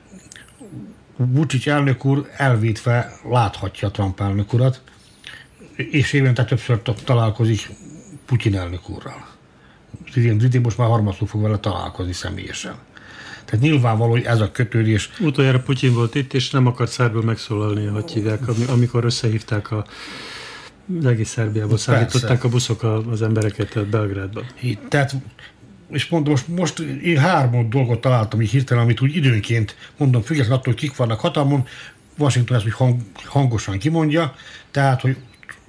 Vučić elnök úr elvétve láthatja Trump elnök urat, és évente többször találkozik Putyin elnök úrral. Idén most már harmadszor fog vele találkozni személyesen. Tehát nyilvánvaló, hogy ez a kötődés... Utoljára Putyin volt itt, és nem akart szerbül megszólalni, hogy hívják, amikor összehívták a az egész Szerbiából szállították a buszok az embereket a Belgrádban. Tehát, és mondom, most, most én három dolgot találtam így hirtelen, amit úgy időnként mondom, függetlenül attól, hogy kik vannak hatalmon, Washington ezt úgy hang, hangosan kimondja, tehát, hogy,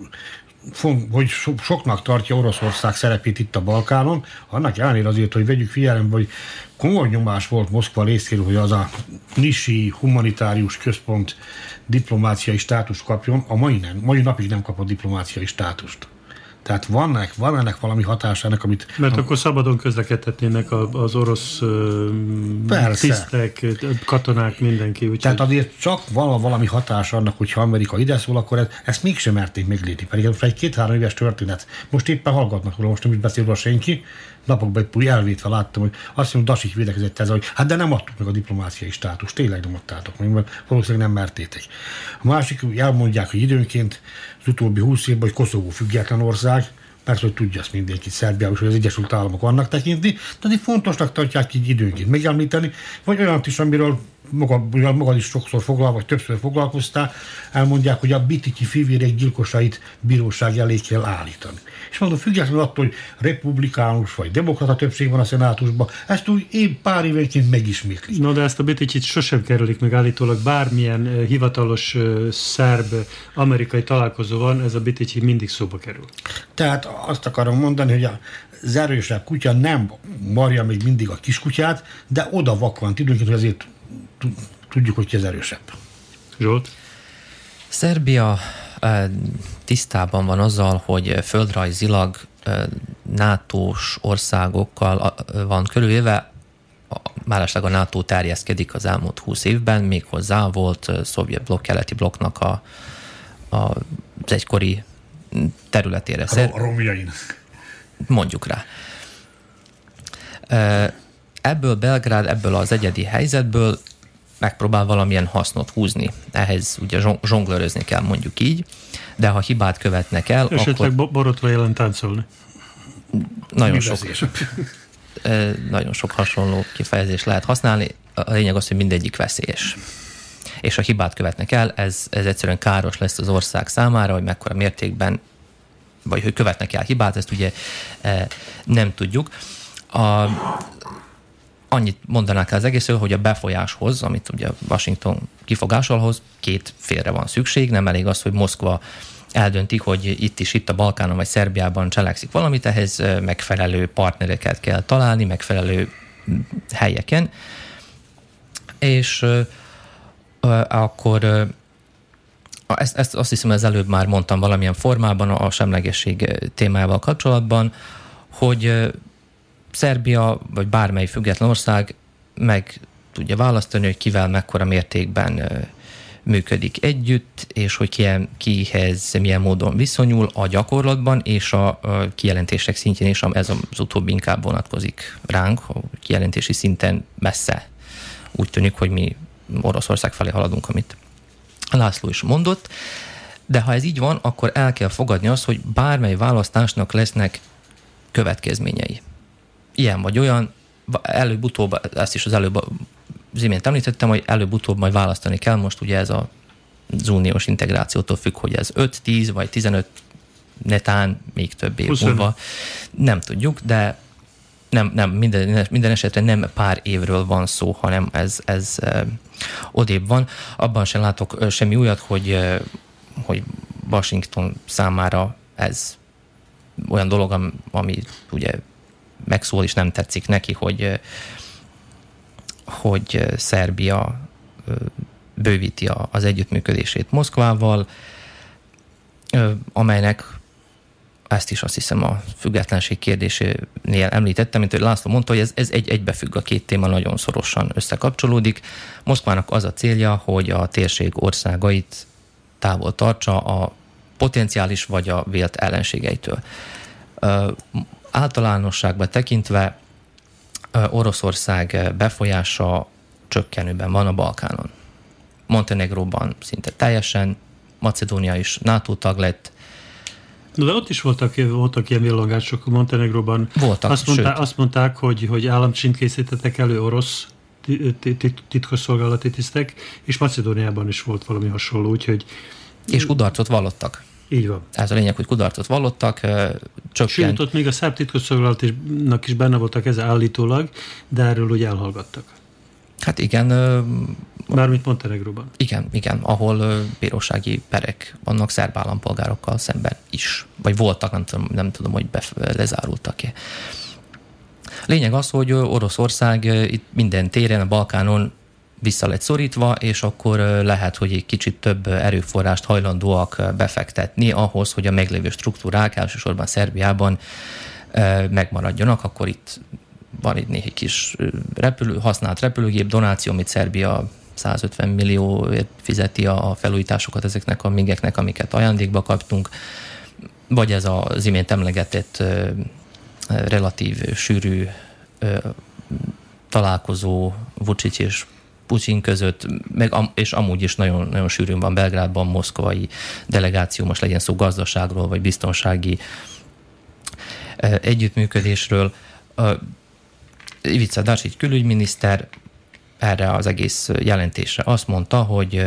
hogy soknak tartja Oroszország szerepét itt a Balkánon, annak ellenére azért, hogy vegyük figyelembe, hogy komoly nyomás volt Moszkva részéről, hogy az a nisi humanitárius központ diplomáciai státust kapjon, a mai, nem, mai napig nem kapott diplomáciai státust. Tehát van ennek, van ennek valami hatásának, amit... Mert a, akkor szabadon közlekedhetnének az orosz persze. tisztek, katonák, mindenki. Úgy Tehát azért csak vala, valami hatása annak, hogyha Amerika ide szól, akkor ez, ezt mégsem merték meglépni. Pedig ez egy két-három éves történet. Most éppen hallgatnak róla, most nem is beszél róla senki. Napokban úgy elvétve láttam, hogy azt mondom, Dasics védekezett ezzel, hogy hát de nem adtuk meg a diplomáciai státust, tényleg nem adtátok meg, mert valószínűleg nem mertétek. A másik, elmondják, hogy időnként az utóbbi húsz évben, hogy Koszovó független ország, persze, hogy tudja azt mindenki, Szerbiában, hogy az Egyesült Államok vannak tekinteni, de fontosnak tartják így időnként megemlíteni, vagy olyant is, amiről magad, magad is sokszor foglal, vagy többször foglalkoztál, elmondják, hogy a bitiki fivérek gyilkosait bíróság elé kell állítani. És mondom, függetlenül attól, hogy republikánus vagy demokrata többség van a szenátusban, ezt úgy év, pár évenként megismétlik. No, de ezt a bitikit sosem kerülik meg állítólag, bármilyen hivatalos szerb amerikai találkozó van, ez a bitiki mindig szóba kerül. Tehát azt akarom mondani, hogy az erősebb kutya nem marja még mindig a kiskutyát, de oda vakant időnként, hogy azért tudjuk, hogy ki az erősebb. Zsolt? Szerbia tisztában van azzal, hogy földrajzilag nátós országokkal van körülvéve, mellesleg a NATO terjeszkedik az elmúlt húsz évben, méghozzá volt szovjet blokk, keleti blokknak a, a, az egykori területére. A romjain. Mondjuk rá. Ebből Belgrád, ebből az egyedi helyzetből megpróbál valamilyen hasznot húzni. Ehhez ugye zsonglőrözni kell, mondjuk így, de ha hibát követnek el, esetleg akkor... borotva jelen táncolni. Nagyon sok, nagyon sok hasonló kifejezést lehet használni. A lényeg az, hogy mindegyik veszélyes. És ha hibát követnek el, ez, ez egyszerűen káros lesz az ország számára, hogy mekkora mértékben, vagy hogy követnek el hibát, ezt ugye nem tudjuk. A, annyit mondanák el az egészről, hogy a befolyáshoz, amit ugye Washington kifogásolhoz, két félre van szükség, nem elég az, hogy Moszkva eldöntik, hogy itt is, itt a Balkánon vagy Szerbiában cselekszik valamit, ehhez megfelelő partnereket kell találni, megfelelő helyeken, és uh, akkor uh, ezt, ezt azt hiszem, az előbb már mondtam valamilyen formában a semlegesség témájával kapcsolatban, hogy uh, Szerbia, vagy bármely független ország meg tudja választani, hogy kivel mekkora mértékben uh, működik együtt, és hogy ki, kihez milyen módon viszonyul a gyakorlatban, és a, a kijelentések szintjén is, ez az utóbbi inkább vonatkozik ránk, a kijelentési szinten messze úgy tűnik, hogy mi Oroszország felé haladunk, amit László is mondott, de ha ez így van, akkor el kell fogadni azt, hogy bármely választásnak lesznek következményei. Ilyen vagy olyan, előbb-utóbb, ezt is az előbb az imént említettem, hogy előbb-utóbb majd választani kell, most ugye ez a, az uniós integrációtól függ, hogy ez öt, tíz vagy tizenöt, netán még több év huszonöt múlva. Nem tudjuk, de nem, nem, minden, minden esetre nem pár évről van szó, hanem ez, ez eh, odébb van. Abban sem látok eh, semmi újat, hogy, eh, hogy Washington számára ez olyan dolog, ami, ami ugye megszól és nem tetszik neki, hogy eh, hogy Szerbia bővíti az együttműködését Moszkvával, amelynek ezt is azt hiszem a függetlenség kérdésénél említettem, mint hogy László mondta, hogy ez, ez egy egybefügg, a két téma nagyon szorosan összekapcsolódik. Moszkvának az a célja, hogy a térség országait távol tartsa a potenciális vagy a vélt ellenségeitől. Általánosságban tekintve Oroszország befolyása csökkenőben van a Balkánon. Montenegróban szinte teljesen, Macedónia is NATO tag lett. De ott is voltak, voltak ilyen villogások Montenegróban. Voltak, azt, mondták, azt mondták, hogy, hogy államcsint készítettek elő orosz titkosszolgálati tisztek, és Macedóniában is volt valami hasonló, úgyhogy... És kudarcot vallottak. Így van. Ez a lényeg, hogy kudarcot vallottak, csökkent. Sőt, ott még a szerb titkosszolgálatnak is benne voltak ez állítólag, de erről úgy elhallgattak. Hát igen. Mármint Montenegróban. Igen, igen, ahol bírósági perek vannak szerb állampolgárokkal szemben is. Vagy voltak, nem tudom, nem tudom hogy bef- lezárultak-e. Lényeg az, hogy Oroszország itt minden téren, a Balkánon vissza lett szorítva, és akkor lehet, hogy egy kicsit több erőforrást hajlandóak befektetni ahhoz, hogy a meglévő struktúrák, elsősorban Szerbiában megmaradjanak, akkor itt van itt néhány kis repülő, használt repülőgép donáció, amit Szerbia százötven millióért fizeti a felújításokat ezeknek a migeknek, amiket ajándékba kaptunk, vagy ez az imént emlegetett relatív sűrű találkozó Vučić és Putyin között, meg, és amúgy is nagyon, nagyon sűrűn van Belgrádban moszkvai delegáció, most legyen szó gazdaságról, vagy biztonsági együttműködésről. Ivica Dačić külügyminiszter erre az egész jelentésre. Azt mondta, hogy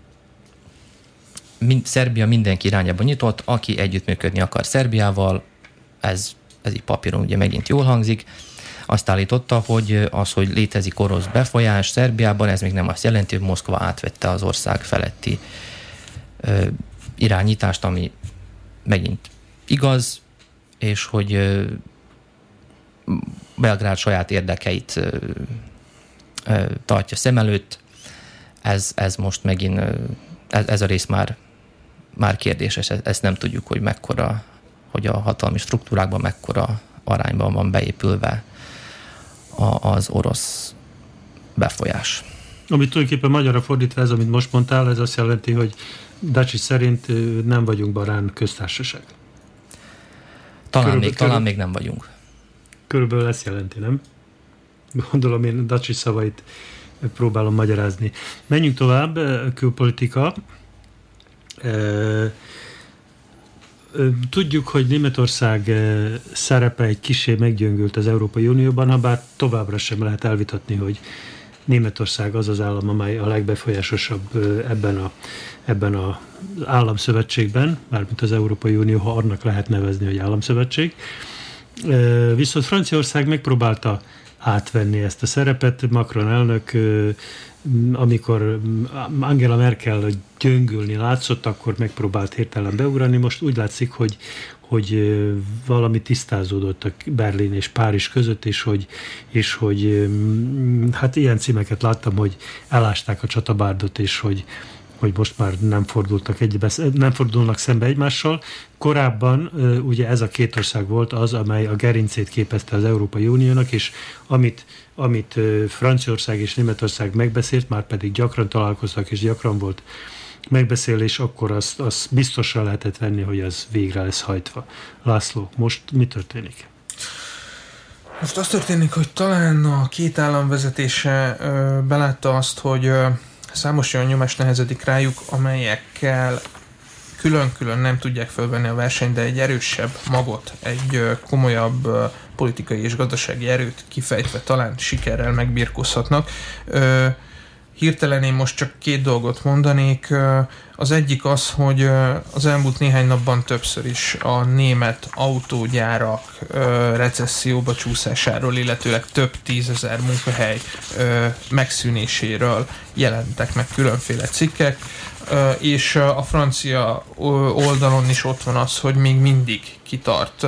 mind, Szerbia mindenki irányába nyitott, aki együttműködni akar Szerbiával, ez, ez így papíron ugye megint jól hangzik. Azt állította, hogy az, hogy létezik orosz befolyás Szerbiában, ez még nem azt jelenti, hogy Moszkva átvette az ország feletti ö, irányítást, ami megint igaz, és hogy ö, Belgrád saját érdekeit ö, ö, tartja szem előtt. Ez, ez most megint, ö, ez, ez a rész már, már kérdéses, ezt nem tudjuk, hogy mekkora, hogy a hatalmi struktúrákban mekkora arányban van beépülve az orosz befolyás. Amit tulajdonképpen magyarra fordítva ez, amit most mondtál, ez azt jelenti, hogy Dačić szerint nem vagyunk barán köztársaság. Talán, még, talán még nem vagyunk. Körülbelül ezt jelenti, nem? Gondolom én Dačić szavait próbálom magyarázni. Menjünk tovább, külpolitika. Tudjuk, hogy Németország szerepe egy kissé meggyöngült az Európai Unióban, ha bár továbbra sem lehet elvitatni, hogy Németország az az állam, amely a legbefolyásosabb ebben a, ebben az államszövetségben, mármint az Európai Unió, ha annak lehet nevezni, hogy államszövetség. Viszont Franciaország megpróbálta átvenni ezt a szerepet. Macron elnök, amikor Angela Merkel gyöngülni látszott, akkor megpróbált hirtelen beugrani. Most úgy látszik, hogy, hogy valami tisztázódott a Berlin és Párizs között, és hogy, és hogy hát ilyen címeket láttam, hogy elásták a csatabárdot, és hogy, hogy most már nem fordultak egybe, nem fordulnak szembe egymással. Korábban ugye ez a két ország volt az, amely a gerincét képezte az Európai Uniónak, és amit, amit Franciaország és Németország megbeszélt, már pedig gyakran találkoztak, és gyakran volt megbeszélés, akkor azt, azt biztosra lehetett venni, hogy az végre lesz hajtva. László, most mi történik? Most az történik, hogy talán a két állam vezetése ö, belátta azt, hogy ö, számos olyan nyomás nehezedik rájuk, amelyekkel külön-külön nem tudják fölvenni a versenyt, de egy erősebb magot, egy ö, komolyabb ö, politikai és gazdasági erőt kifejtve talán sikerrel megbirkózhatnak. Ö, Hirtelen én most csak két dolgot mondanék. Az egyik az, hogy az elmúlt néhány napban többször is a német autógyárak recesszióba csúszásáról, illetőleg több tízezer munkahely megszűnéséről jelentek meg különféle cikkek, és a francia oldalon is ott van az, hogy még mindig kitart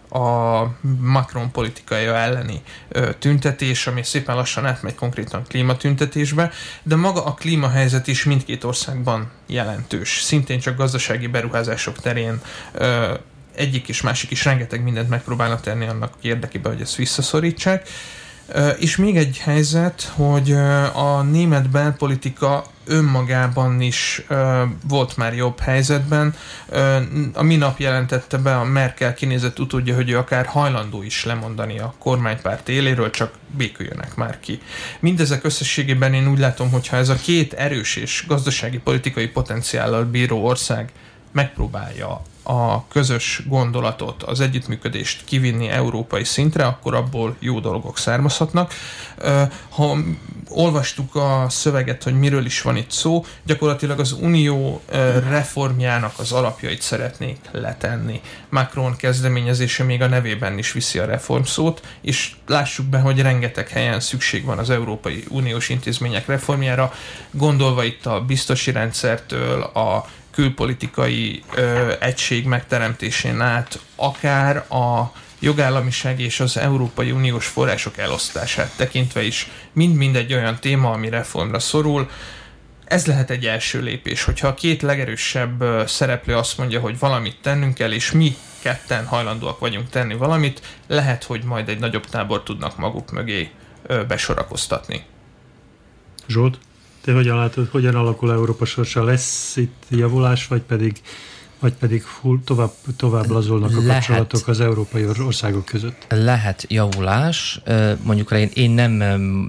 a Macron politikája elleni tüntetés, ami szépen lassan átmegy konkrétan klímatüntetésbe, de maga a klímahelyzet is mindkét országban jelentős. Szintén csak gazdasági beruházások terén egyik és másik is rengeteg mindent megpróbálnak tenni annak érdekében, hogy ezt visszaszorítsák. És még egy helyzet, hogy a német belpolitika önmagában is uh, volt már jobb helyzetben. Uh, a minap jelentette be a Merkel kinézett utódja, hogy ő akár hajlandó is lemondani a kormánypárt éléről, csak béküljönek már ki. Mindezek összességében én úgy látom, hogyha ez a két erős és gazdasági politikai potenciállal bíró ország megpróbálja a közös gondolatot, az együttműködést kivinni európai szintre, akkor abból jó dolgok származhatnak. Ha olvastuk a szöveget, hogy miről is van itt szó, gyakorlatilag az unió reformjának az alapjait szeretnék letenni. Macron kezdeményezése még a nevében is viszi a reformszót, és lássuk be, hogy rengeteg helyen szükség van az Európai Uniós intézmények reformjára, gondolva itt a biztosi rendszertől, a külpolitikai ö, egység megteremtésén át, akár a jogállamiság és az Európai Uniós források elosztását tekintve is mind-mind egy olyan téma, ami reformra szorul. Ez lehet egy első lépés, hogyha a két legerősebb ö, szereplő azt mondja, hogy valamit tennünk kell, és mi ketten hajlandóak vagyunk tenni valamit, lehet, hogy majd egy nagyobb tábor tudnak maguk mögé ö, besorakoztatni. Zsolt? Te hogyan látod, hogyan alakul Európa sorsa? Lesz itt javulás, vagy pedig, vagy pedig tovább, tovább lazulnak a lehet, kapcsolatok az európai országok között? Lehet javulás. Mondjuk én, én nem,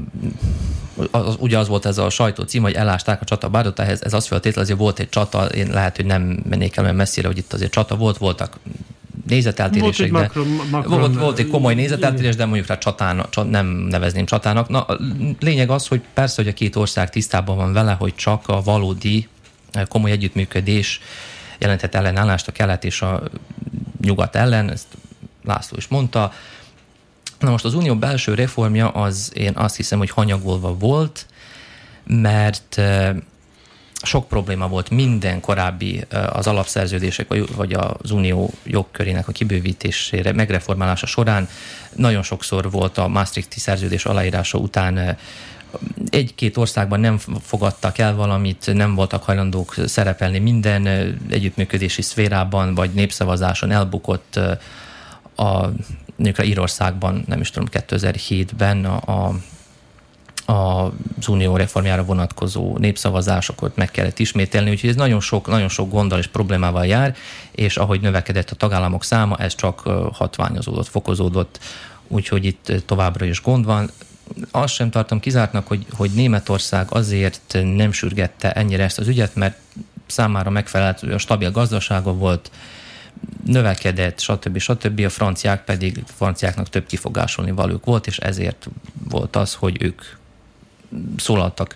az, ugye az volt ez a sajtó cím, hogy elásták a csatabárdot, ehhez ez azt feltételezi, hogy volt egy csata, én lehet, hogy nem mennék el olyan messzire, hogy itt azért csata volt, voltak nézeteltérések, volt, de Macron, Macron, volt, volt egy komoly nézeteltérés, de mondjuk rá csatán, csat, nem nevezném csatának. Na, a lényeg az, hogy persze, hogy a két ország tisztában van vele, hogy csak a valódi komoly együttműködés jelentett ellenállást a kelet és a nyugat ellen, ezt László is mondta. Na most az unió belső reformja az, én azt hiszem, hogy hanyagolva volt, mert sok probléma volt minden korábbi az alapszerződések vagy az unió jogkörének a kibővítésére, megreformálása során. Nagyon sokszor volt a Maastrichti szerződés aláírása után egy-két országban nem fogadtak el valamit, nem voltak hajlandók szerepelni minden együttműködési szférában, vagy népszavazáson elbukott a, mondjuk Írországban, nem is tudom, kétezer-hétben a, a az unió reformjára vonatkozó népszavazásokat meg kellett ismételni, úgyhogy ez nagyon sok, nagyon sok gonddal és problémával jár, és ahogy növekedett a tagállamok száma, ez csak hatványozódott, fokozódott, úgyhogy itt továbbra is gond van. Azt sem tartom kizártnak, hogy, hogy Németország azért nem sürgette ennyire ezt az ügyet, mert számára megfelelt, a stabil gazdasága volt, növekedett, stb. stb. A franciák pedig, a franciáknak több kifogásolni valók volt, és ezért volt az, hogy ők szólaltak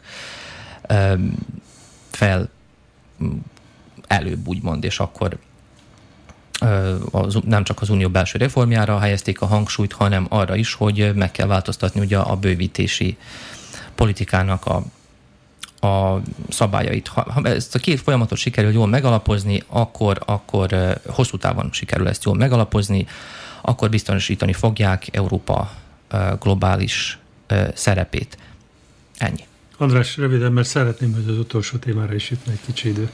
fel előbb, úgymond, és akkor az, nem csak az unió belső reformjára helyezték a hangsúlyt, hanem arra is, hogy meg kell változtatni ugye a bővítési politikának a, a szabályait. Ha, ha ezt a két folyamatot sikerül jól megalapozni, akkor, akkor hosszú távon sikerül ezt jól megalapozni, akkor biztosítani fogják Európa globális szerepét. Ennyi. András, röviden, mert szeretném, hogy az utolsó témára is jutna egy kicsi idő.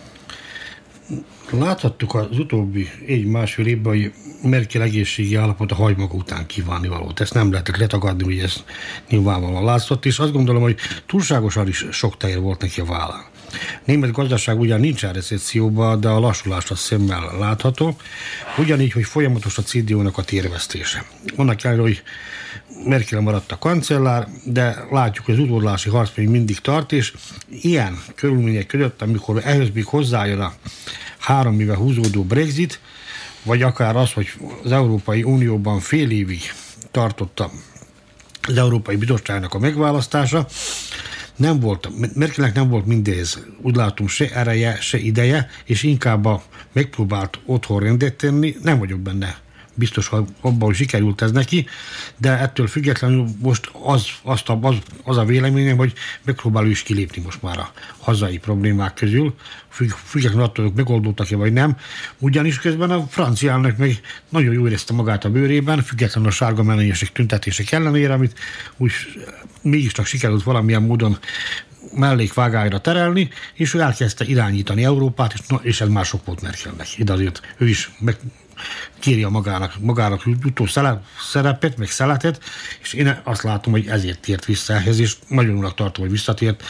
Láthattuk az utóbbi egy-másfél évben, hogy Merkel egészségi állapota hajmaga után kívánni valót. Ezt nem lehetett letagadni, hogy ez nyilvánvalóan látszott, és azt gondolom, hogy túlságosan is sok teher volt neki a vállán. Német gazdaság ugyan nincsen recesszióban, de a lassulás a szemmel látható. Ugyanígy, hogy folyamatos a cé dé u-nak a térvesztése. Annak ellenére, hogy Merkel maradt a kancellár, de látjuk, hogy az udvarlási harc még mindig tart, és ilyen körülmények között, amikor ehhez még hozzájön a három éve húzódó Brexit, vagy akár az, hogy az Európai Unióban fél évig tartotta az Európai Bizottságnak a megválasztása, nem volt, Merkelnek nem volt mindez, úgy látom, se ereje, se ideje, és inkább a megpróbált otthon rendet tenni, nem vagyok benne biztos, hogy abban, hogy sikerült ez neki, de ettől függetlenül most az, azt a, az, az a véleményem, hogy megpróbál ő is kilépni most már a hazai problémák közül, függ, függetlenül attól, hogy megoldódtak-e vagy nem, ugyanis közben a franciának meg nagyon jól érezte magát a bőrében, függetlenül a sárga mennyesek tüntetések ellenére, amit úgy mégiscsak sikerült valamilyen módon mellékvágályra terelni, és ő elkezdte irányítani Európát, és, és ez már sok volt Merkelnek. Ide azért ő is meg kírja magának, magának jutó szerepet, meg szeletet, és én azt látom, hogy ezért tért vissza ehhez, és nagyon jónak tartom, hogy visszatért,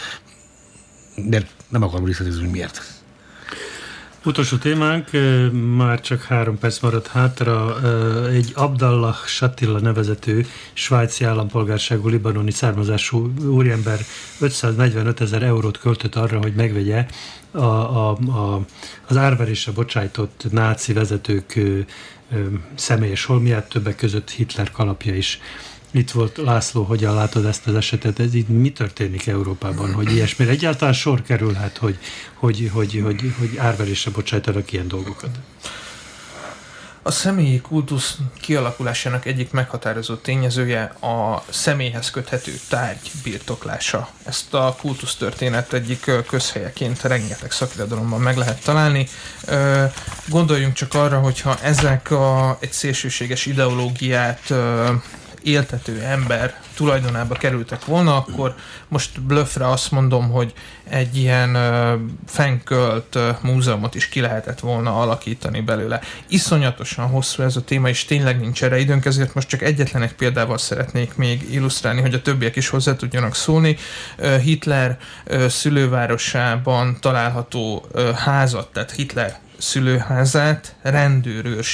de nem akarom részletezni, hogy miért. Utolsó témánk, már csak három perc maradt hátra, egy Abdallah Shatilla nevezető svájci állampolgárságú libanoni származású úriember ötszáznegyvenöt ezer eurót költött arra, hogy megvegye a, a, a, az árverésre bocsájtott náci vezetők személyes holmiát, többek között Hitler kalapja is. Itt volt László, hogyan látod ezt az esetet? Ez így mi történik Európában, hogy ilyesmire egyáltalán sor kerülhet, hogy, hogy, hogy, hogy, hogy árverésre bocsájtanak ilyen dolgokat? A személyi kultusz kialakulásának egyik meghatározó tényezője a személyhez köthető tárgy birtoklása. Ezt a kultusztörténet egyik közhelyeként rengeteg szakirodalomban meg lehet találni. Gondoljunk csak arra, hogyha ezek a, egy szélsőséges ideológiát éltető ember tulajdonába kerültek volna, akkor most blöffre azt mondom, hogy egy ilyen uh, fennkölt uh, múzeumot is ki lehetett volna alakítani belőle. Iszonyatosan hosszú ez a téma, és tényleg nincs erre időnk, ezért most csak egyetlen egy példával szeretnék még illusztrálni, hogy a többiek is hozzá tudjanak szólni. Uh, Hitler uh, szülővárosában található uh, házat, tehát Hitler szülőházát rendőrőrsé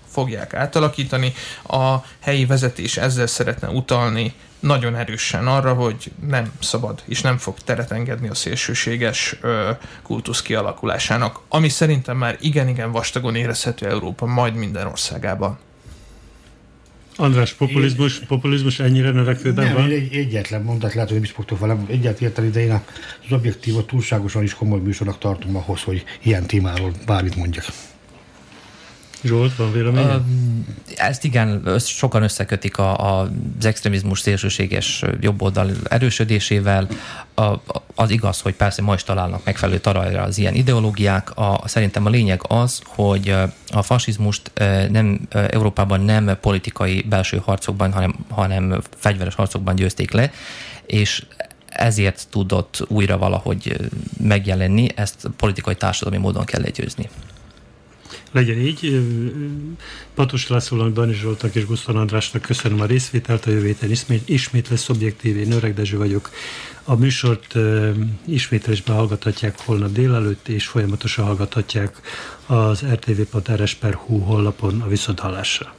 fogják átalakítani. A helyi vezetés ezzel szeretne utalni nagyon erősen arra, hogy nem szabad és nem fog teret engedni a szélsőséges ö, kultusz kialakulásának, ami szerintem már igen-igen vastagon érezhető Európa majd minden országában. András, populizmus, én, populizmus ennyire növekvőben nem, van? Egy, egyetlen mondat, lehet, hogy nem is fogtok velem egyet érteni, de én az objektívot túlságosan is komoly műsornak tartom ahhoz, hogy ilyen témáról bármit mondjak. Zsolt, van véleménye? Uh, ezt igen, össz, sokan összekötik a, a, az extrémizmus szélsőséges jobboldal erősödésével. A, a, az igaz, hogy persze ma is találnak megfelelő talajra az ilyen ideológiák. A, szerintem a lényeg az, hogy a fasizmust nem, Európában nem politikai belső harcokban, hanem, hanem fegyveres harcokban győzték le, és ezért tudott újra valahogy megjelenni, ezt politikai társadalmi módon kell legyőzni. Legyen így. Patos Lászlónak, Dani Zsoltnak és Gusztán Andrásnak köszönöm a részvételt. A jövő héten ismét, ismét lesz objektív. Én Öreg Dezső vagyok. A műsort uh, ismétlésben hallgathatják holnap délelőtt, és folyamatosan hallgathatják az er té vé pont er es pont hú honlapon a viszonthallásra.